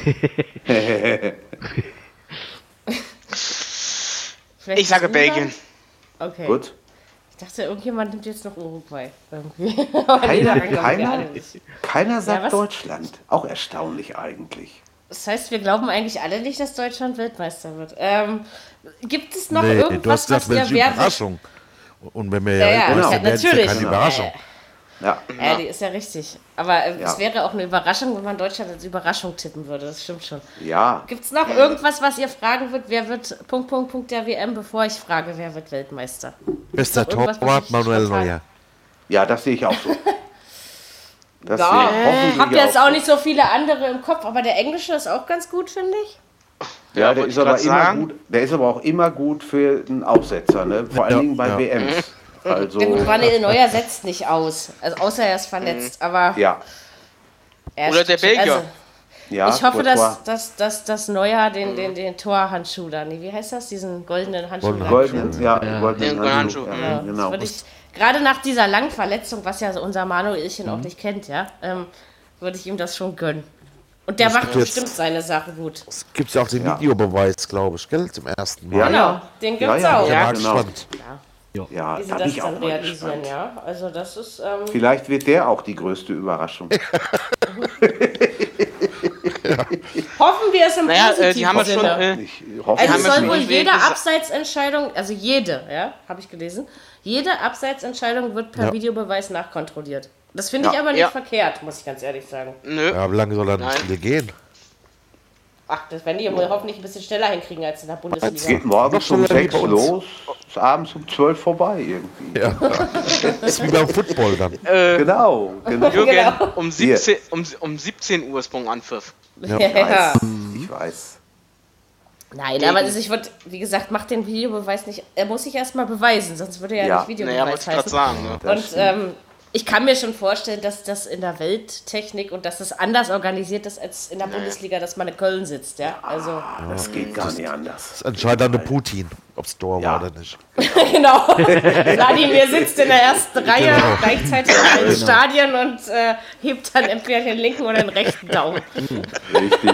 Vielleicht Ich sage ist Ungarn? Belgien. Okay. Gut. Ich dachte, irgendjemand nimmt jetzt noch Uruguay. Irgendwie. Aber die sagen, glaube ich, alle nicht. Keiner sagt was? Deutschland. Auch erstaunlich eigentlich. Das heißt, wir glauben eigentlich alle nicht, dass Deutschland Weltmeister wird. Gibt es noch Nee, du irgendwas, hast gesagt, was wir welche werden? Überraschung. Und wenn wir Ja, Weltmeister werden, ist ja natürlich. keine Überraschung. Ja. Ja, die ist ja richtig. Aber es wäre auch eine Überraschung, wenn man Deutschland als Überraschung tippen würde. Das stimmt schon. Ja. Gibt es noch irgendwas, was ihr fragen würdet? Wer wird Punkt der WM, bevor ich frage, wer wird Weltmeister? Bester irgendwas, was Torwart ich Manuel spontan- Neuer. Ja, das sehe ich auch so. Das Ja, sehe ich hoffentlich habt ihr jetzt auch auch nicht so viele andere im Kopf, aber der Englische ist auch ganz gut, finde ich. Ja, der wollte ist ich aber grad immer sagen. gut. Der ist aber auch immer gut für einen Aufsetzer, ne? Vor allen Dingen bei ja. WMs. Also, Ja gut, Manuel Neuer setzt nicht aus. Also außer er ist verletzt, aber ja. er Oder steht der schon- Belgier. Ja, ich hoffe, Courtois. dass Neuer den Torhandschuh da, nee, wie heißt das? Diesen goldenen Handschuh. da Goldenen, kriegt. ja, Den goldenen Handschuh, Handschuh. Ja, Ja, das genau. würde ich, gerade nach dieser langen Verletzung, was ja unser Manuelchen auch nicht kennt, ja, würde ich ihm das schon gönnen. Und der macht gibt jetzt- bestimmt seine Sache gut. Es gibt ja auch den Videobeweis, glaube ich, gell? Zum ersten Mal. Ja. Genau, den gibt's Ja, auch. ja, Ja, genau. gespannt. Ja, Wie sie da bin das ich auch dann mal realisieren, gespannt. ja. Also das ist, Vielleicht wird der auch die größte Überraschung. hoffen wir es im Naja, positiven die haben ja schon. Sinne. Ich hoffe, Also haben es wir soll schon wohl irgendwie jede gesa- Abseitsentscheidung, also jede, ja, habe ich gelesen, jede Abseitsentscheidung wird per Ja. Videobeweis nachkontrolliert. Das finde ich Ja. aber nicht Ja. verkehrt, muss ich ganz ehrlich sagen. Nö. Ja, wie lange soll er Nein. nicht wieder gehen? Ach, das werden die wohl hoffentlich ein bisschen schneller hinkriegen als in der Bundesliga. geht morgens um Noch schneller wie 6 bei uns. los, ist abends um 12 vorbei irgendwie. Ja. Das ist wie beim Football dann. Genau. Jürgen, Genau. um 17 Uhr ist Punkt Anpfiff. Ja. Ich weiß. Nein, aber also ich würde, wie gesagt, macht den Videobeweis nicht. Er muss sich erstmal beweisen, sonst würde er Ja. nicht Naja, Videobeweis wollte ich gerade heißen. sagen. Ne? Das Und stimmt. ich kann mir schon vorstellen, dass das in der Welttechnik und dass das anders organisiert ist als in der Bundesliga, dass man in Köln sitzt, ja. Also Das geht gar nicht anders. Das entscheidet dann der Putin, ob es Tor war oder nicht. genau. Wladimir sitzt in der ersten Reihe gleichzeitig in allen Stadien und hebt dann entweder den linken oder den rechten Daumen. Richtig.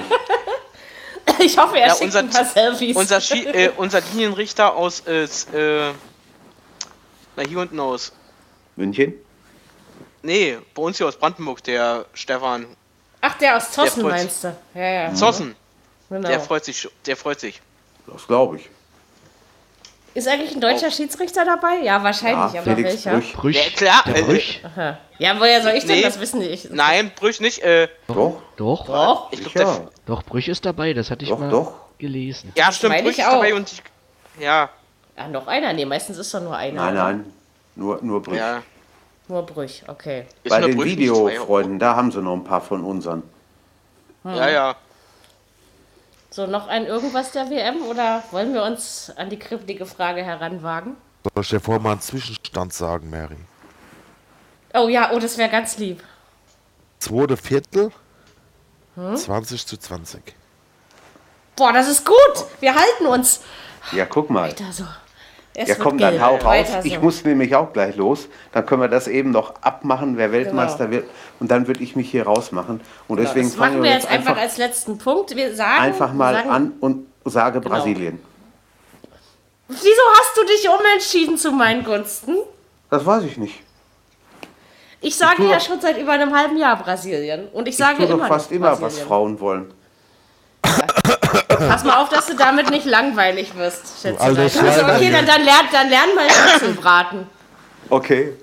Ich hoffe, er Ja, schickt ein paar Selfies. Unser Linienrichter aus hier unten aus. München? Nee, bei uns hier aus Brandenburg, der Stefan Ach, der aus Zossen freut meinst du? Ja, ja. Zossen. Genau. Der freut sich. Das glaube ich. Ist eigentlich ein deutscher Schiedsrichter dabei? Ja, wahrscheinlich, aber Felix welcher? Brüch. Brüch. Ja, klar, Der Brüch? Aha. Ja, woher soll ich denn Nee. das wissen? Nein, Brüch nicht. Doch, Doch, Doch. Ich glaube, sicher. doch, Brüch ist dabei, das hatte ich Doch, mal doch. gelesen. ja, stimmt, meine Brüch ich ist auch. dabei und ich, ja, Ah, noch einer? Nee, meistens ist doch nur einer. Nein. Nur Brüch. ja. Nur Brüch, okay. Ist Bei nur den Brüch nicht zwei, Videofreunden, da haben sie noch ein paar von unseren. Ja. So, noch ein irgendwas der WM oder wollen wir uns an die knifflige Frage heranwagen? Soll ich dir vorher mal einen Zwischenstand sagen, Mary? Oh ja, oh, das wäre ganz lieb. Zweite Viertel, 20:20. Boah, das ist gut. Wir halten uns. Ja, guck mal. Da so. Ja, komm, dann hau raus. Ich muss nämlich auch gleich los. Dann können wir das eben noch abmachen, wer Weltmeister wird. Und dann würde ich mich hier rausmachen. Und deswegen das machen wir jetzt einfach als letzten Punkt. Wir sagen einfach mal an und sage Brasilien. Wieso hast du dich umentschieden zu meinen Gunsten? Das weiß ich nicht. Ich sage ja schon seit über einem halben Jahr Brasilien. Und ich sage immer fast immer, was Frauen wollen. Pass mal auf, dass du damit nicht langweilig wirst, schätze Also okay, dann lernen wir Schnitzelbraten. Okay.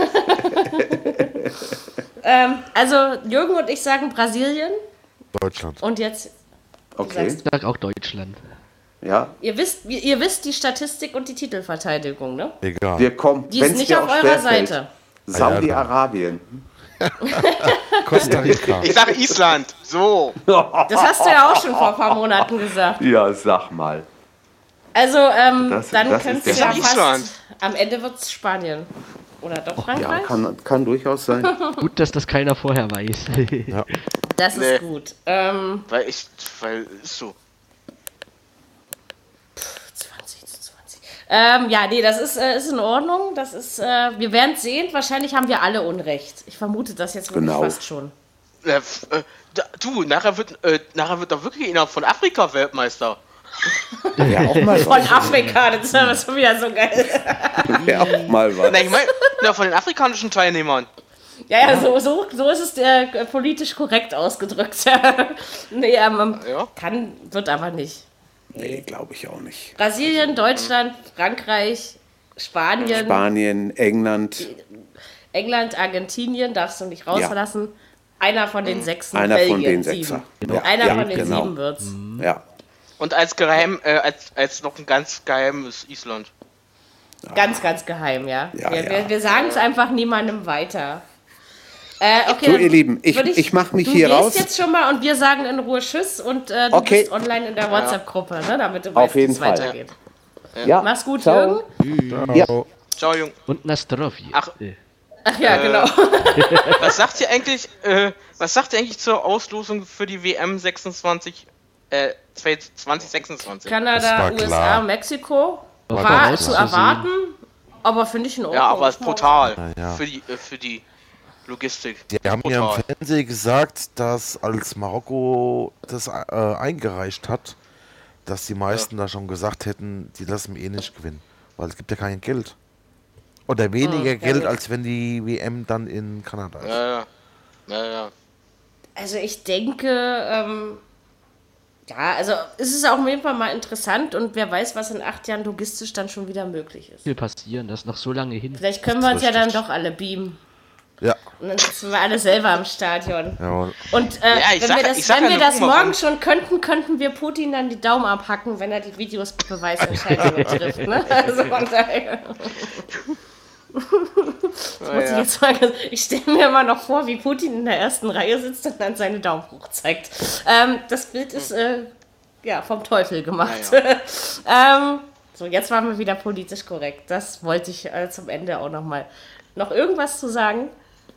Also Jürgen und ich sagen Brasilien. Deutschland. Und jetzt... Okay. Ich sag auch Deutschland. Ja. Ihr wisst die Statistik und die Titelverteidigung, ne? Egal. Wir kommen. Die ist nicht auf eurer Seite. Saudi-Arabien. Costa Rica. Ich sage Island. So. Das hast du ja auch schon vor ein paar Monaten gesagt. Ja, sag mal. Also, dann das könnte es ist ja der fast... Island. Am Ende wird es Spanien. Oder doch Frankreich? Ja, kann durchaus sein. Gut, dass das keiner vorher weiß. Ja. Das ist gut. Weil ist so. 20. Ja, nee, das ist in Ordnung. Das ist, wir werden es sehen. Wahrscheinlich haben wir alle Unrecht. Ich vermute das jetzt wirklich fast schon. Du, nachher wird doch wirklich einer von Afrika Weltmeister. Ja, auch mal Von Afrika, das ist schon wieder so geil. Ja, auch mal was. Na, ich meine, von den afrikanischen Teilnehmern. Ja, so ist es politisch korrekt ausgedrückt. Nee, wird aber nicht. Nee, glaube ich auch nicht. Brasilien, Deutschland, Frankreich, Spanien, England, Argentinien, darfst du nicht rauslassen. Ja. Einer von den Sechsen. Einer Belgien, von den 7. Sechser. Ja. Einer von den 7 wird's. Ja. Und als noch ein ganz geheimes Island. Ganz, ganz geheim, ja. Ja, wir sagen es einfach niemandem weiter. Okay, so, ihr Lieben, ich mache mich hier raus. Du gehst jetzt schon mal und wir sagen in Ruhe Tschüss und du bist online in der WhatsApp-Gruppe, ne, damit du weißt, wie es weitergeht. Ja. Mach's gut, Ciao. Jürgen. Ja. Ciao, Jung. Und Nastrovje. Ach ja, genau. Was sagt ihr eigentlich zur Auslosung für die WM 2026? Kanada, USA, Mexiko. War zu erwarten, aber finde ich in Ordnung. Ja, aber es ist brutal Ja. für die Logistik. Die haben ja im Fernsehen gesagt, dass als Marokko das eingereicht hat, dass die meisten da schon gesagt hätten, die lassen wir nicht gewinnen. Weil es gibt ja kein Geld. Oder weniger Geld, als wenn die WM dann in Kanada ist. Ja. Also ich denke, also es ist auch auf jeden Fall mal interessant und wer weiß, was in 8 Jahren logistisch dann schon wieder möglich ist. Viel passieren, das ist noch so lange hin. Vielleicht können wir uns ja dann doch alle beamen. Ja. Und dann sitzen wir alle selber am Stadion. Ja. Und wenn wir das morgen schon könnten wir Putin dann die Daumen abhacken, wenn er die Videos Beweisentscheidungen trifft. Ne? Also von daher. Ich stelle mir immer noch vor, wie Putin in der ersten Reihe sitzt und dann seine Daumen hoch zeigt. Das Bild ist vom Teufel gemacht. Ja. So, jetzt waren wir wieder politisch korrekt. Das wollte ich zum Ende auch noch irgendwas zu sagen?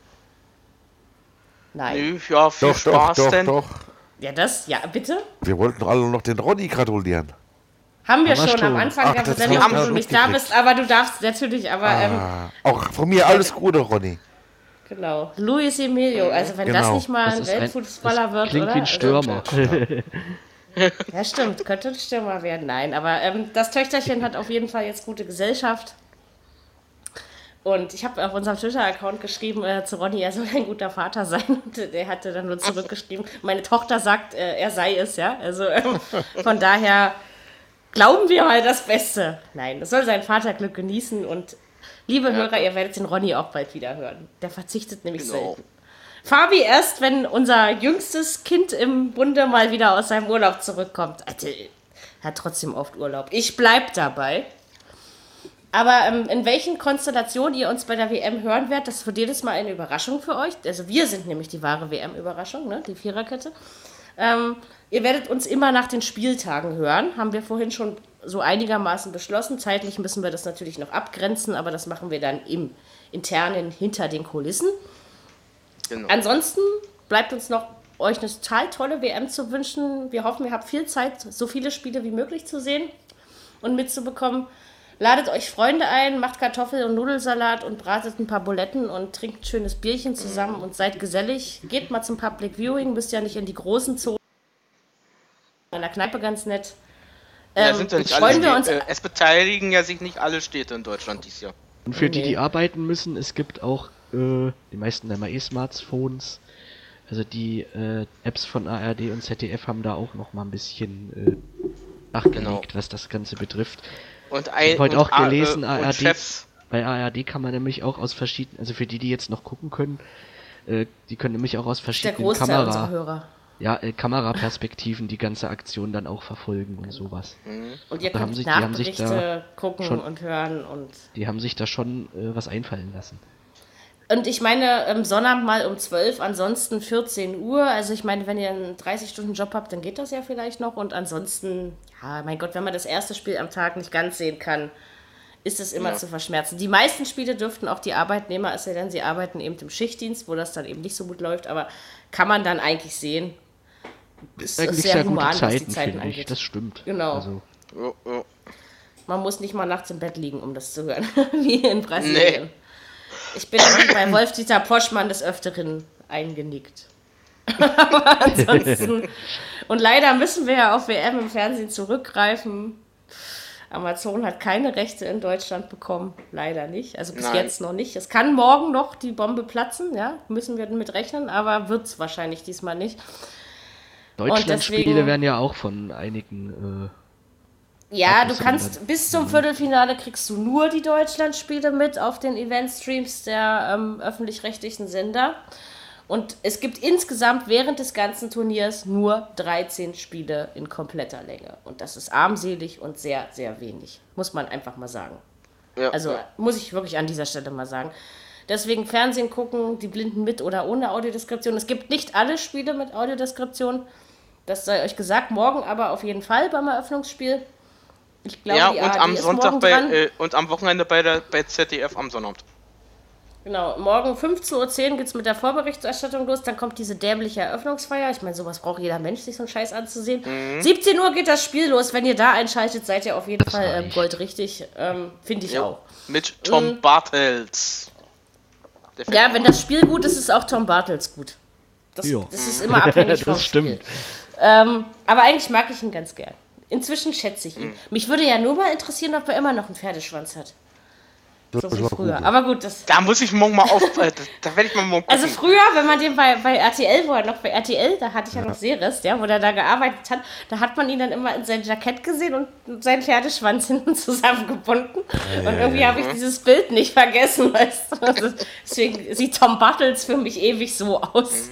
Nein. Nö, ja, viel Spaß denn. Doch. Ja, bitte? Wir wollten alle noch den Ronny gratulieren. Haben wir schon am Anfang der Sendung, wenn du nicht da bist, aber du darfst natürlich, auch von mir alles Gute, Ronny. Genau. Luis Emilio, also wenn das nicht mal ein Weltfußballer wird, klingt oder? Wie ein Stürmer. Ja, stimmt, könnte ein Stürmer werden. Nein, aber das Töchterchen hat auf jeden Fall jetzt gute Gesellschaft. Und ich habe auf unserem Twitter-Account geschrieben zu Ronny, er soll ein guter Vater sein. Und der hatte dann nur zurückgeschrieben, meine Tochter sagt, er sei es, ja. Also von daher glauben wir mal das Beste. Nein, es soll sein Vaterglück genießen. Und liebe Hörer, ihr werdet den Ronny auch bald wieder hören. Der verzichtet nämlich selten. Fabi erst, wenn unser jüngstes Kind im Bunde mal wieder aus seinem Urlaub zurückkommt. Also, er hat trotzdem oft Urlaub. Ich bleib dabei. Aber in welchen Konstellationen ihr uns bei der WM hören werdet, das wird jedes Mal eine Überraschung für euch. Also wir sind nämlich die wahre WM-Überraschung, ne? Die Viererkette. Ihr werdet uns immer nach den Spieltagen hören. Haben wir vorhin schon so einigermaßen beschlossen. Zeitlich müssen wir das natürlich noch abgrenzen, aber das machen wir dann im Internen hinter den Kulissen. Genau. Ansonsten bleibt uns noch, euch eine total tolle WM zu wünschen. Wir hoffen, ihr habt viel Zeit, so viele Spiele wie möglich zu sehen und mitzubekommen. ladet euch Freunde ein, macht Kartoffel- und Nudelsalat und bratet ein paar Buletten und trinkt ein schönes Bierchen zusammen und seid gesellig. Geht mal zum Public Viewing, müsst ja nicht in die großen Zonen. In der Kneipe ganz nett. Sind ja nicht alle Städte. Es beteiligen ja sich nicht alle Städte in Deutschland dieses Jahr. Und für die arbeiten müssen, es gibt auch, die meisten haben Smartphones. Also die Apps von ARD und ZDF haben da auch noch mal ein bisschen nachgelegt, was das Ganze betrifft. Und ich habe heute auch gelesen, bei ARD kann man nämlich auch aus verschiedenen, also für die jetzt noch gucken können, die können nämlich auch aus verschiedenen Kameraperspektiven die ganze Aktion dann auch verfolgen und sowas. Und ihr könnt Nachberichte gucken und hören. Die haben sich da schon was einfallen lassen. Und ich meine, Sonnabend mal um 12, ansonsten 14 Uhr. Also ich meine, wenn ihr einen 30-Stunden-Job habt, dann geht das ja vielleicht noch. Und ansonsten, ja, mein Gott, wenn man das erste Spiel am Tag nicht ganz sehen kann, ist es immer zu verschmerzen. Die meisten Spiele dürften auch die Arbeitnehmer, es sei denn, sie arbeiten eben im Schichtdienst, wo das dann eben nicht so gut läuft, aber kann man dann eigentlich sehen. Ist sehr human, gute Zeiten, was die Zeiten angeht. Das stimmt. Genau. Also. Man muss nicht mal nachts im Bett liegen, um das zu hören, wie in Brasilien. Nee. Ich bin bei Wolf-Dieter Poschmann des Öfteren eingenickt. Aber ansonsten. Und leider müssen wir ja auf WM im Fernsehen zurückgreifen. Amazon hat keine Rechte in Deutschland bekommen. Leider nicht. Also bis jetzt noch nicht. Es kann morgen noch die Bombe platzen, ja. Müssen wir mit rechnen, aber wird es wahrscheinlich diesmal nicht. Deutschland-Spiele werden ja auch von einigen. Ja, du kannst bis zum Viertelfinale kriegst du nur die Deutschland-Spiele mit auf den Event-Streams der öffentlich-rechtlichen Sender. Und es gibt insgesamt während des ganzen Turniers nur 13 Spiele in kompletter Länge. Und das ist armselig und sehr, sehr wenig. Muss man einfach mal sagen. Ja, also muss ich wirklich an dieser Stelle mal sagen. Deswegen Fernsehen gucken, die Blinden mit oder ohne Audiodeskription. Es gibt nicht alle Spiele mit Audiodeskription. Das sei euch gesagt. Morgen aber auf jeden Fall beim Eröffnungsspiel. Ich glaube, ja, und am Sonntag und am Wochenende bei ZDF am Sonnabend. Genau, morgen 15.10 Uhr geht es mit der Vorberichterstattung los, dann kommt diese dämliche Eröffnungsfeier. Ich meine, sowas braucht jeder Mensch, sich so einen Scheiß anzusehen. 17 Uhr geht das Spiel los, wenn ihr da einschaltet, seid ihr auf jeden Fall goldrichtig, finde ich auch. Mit Tom Bartels. Ja, wenn das Spiel gut ist, ist auch Tom Bartels gut. Das ist immer abhängig vom Spiel. Aber eigentlich mag ich ihn ganz gern. Inzwischen schätze ich ihn. Mich würde ja nur mal interessieren, ob er immer noch einen Pferdeschwanz hat. So wie früher. Aber gut, das... Da muss ich morgen mal auf... da werde ich mal morgen gucken. Also früher, wenn man den bei RTL, wo er noch bei RTL, da hatte ich ja noch Seres, ja, wo der da gearbeitet hat, da hat man ihn dann immer in sein Jackett gesehen und seinen Pferdeschwanz hinten zusammengebunden. Und irgendwie habe ich dieses Bild nicht vergessen, weißt du? Also deswegen sieht Tom Bartels für mich ewig so aus.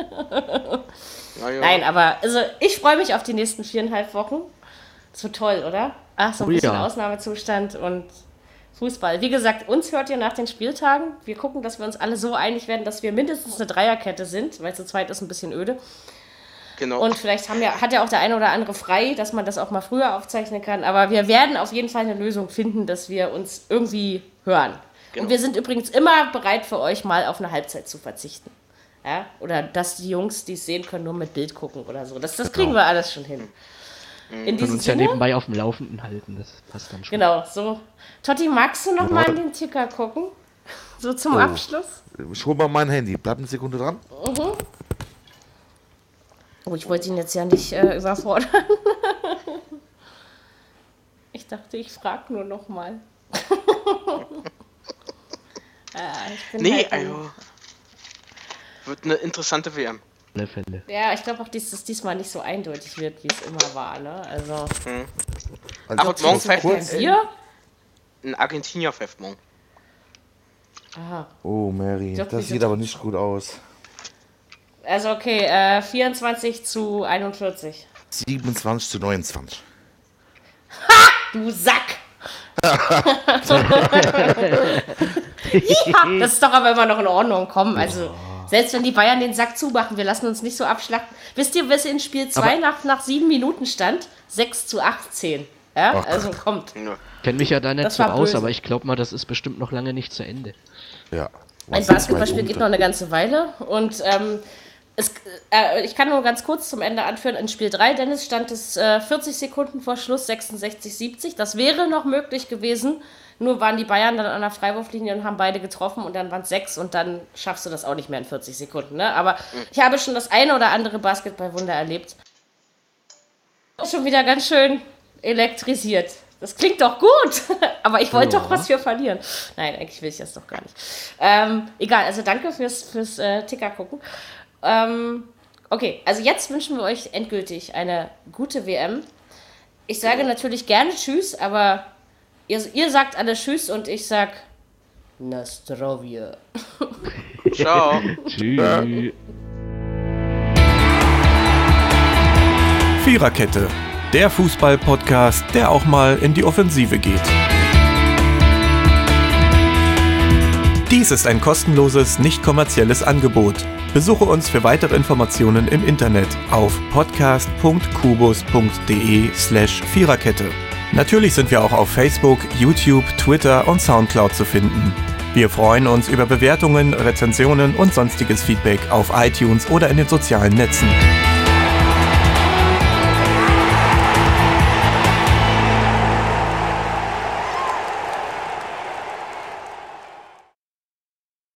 Nein, aber also ich freue mich auf die nächsten 4,5 Wochen. So toll, oder? Ach, so ein bisschen Ausnahmezustand und Fußball. Wie gesagt, uns hört ihr nach den Spieltagen. Wir gucken, dass wir uns alle so einig werden, dass wir mindestens eine Dreierkette sind, weil zu zweit ist ein bisschen öde. Genau. Und vielleicht hat ja auch der eine oder andere frei, dass man das auch mal früher aufzeichnen kann. Aber wir werden auf jeden Fall eine Lösung finden, dass wir uns irgendwie hören. Genau. Und wir sind übrigens immer bereit für euch, mal auf eine Halbzeit zu verzichten. Ja? Oder dass die Jungs, die es sehen können, nur mit Bild gucken oder so. Das kriegen wir alles schon hin. Wir können uns ja nebenbei auf dem Laufenden halten, das passt dann schon. Genau, so. Totti, magst du noch mal in den Ticker gucken? So zum Abschluss? Ich hol mal mein Handy, bleib eine Sekunde dran. Oh, ich wollte ihn jetzt ja nicht überfordern. Ich dachte, ich frage nur noch mal. Also wird eine interessante WM. Fälle. Ja, ich glaube auch, dass es diesmal nicht so eindeutig wird, wie es immer war, ne? Also. Aber morgen pfeift ein Argentinier pfeift morgen. Aha. Oh, Mary, das sieht aber nicht gut aus. Also okay, 24:41. 27:29. Ha! Du Sack! Ja, das ist doch aber immer noch in Ordnung. Komm, also. Selbst wenn die Bayern den Sack zumachen, wir lassen uns nicht so abschlachten. Wisst ihr, was in Spiel 2 nach 7 Minuten stand? 6:18. Ja, also kommt. Kenn mich ja da nicht so aus, aber ich glaube mal, das ist bestimmt noch lange nicht zu Ende. Ja. Ein Basketballspiel geht noch eine ganze Weile und Ich kann nur ganz kurz zum Ende anführen. In Spiel 3, Dennis, stand es 40 Sekunden vor Schluss 66-70. Das wäre noch möglich gewesen. Nur waren die Bayern dann an der Freiwurflinie und haben beide getroffen und dann waren es 6 und dann schaffst du das auch nicht mehr in 40 Sekunden. Ne? Aber ich habe schon das eine oder andere Basketballwunder erlebt. Schon wieder ganz schön elektrisiert. Das klingt doch gut, aber ich wollte doch was für verlieren. Nein, eigentlich will ich das doch gar nicht. Egal, also danke fürs Ticker gucken. Okay, also jetzt wünschen wir euch endgültig eine gute WM. Ich sage natürlich gerne Tschüss, aber ihr sagt alle Tschüss und ich sag Nastrovje. Ciao. Tschüss. Viererkette, der Fußball-Podcast, der auch mal in die Offensive geht. Dies ist ein kostenloses, nicht kommerzielles Angebot. Besuche uns für weitere Informationen im Internet auf podcast.kubus.de/Viererkette. Natürlich sind wir auch auf Facebook, YouTube, Twitter und Soundcloud zu finden. Wir freuen uns über Bewertungen, Rezensionen und sonstiges Feedback auf iTunes oder in den sozialen Netzen.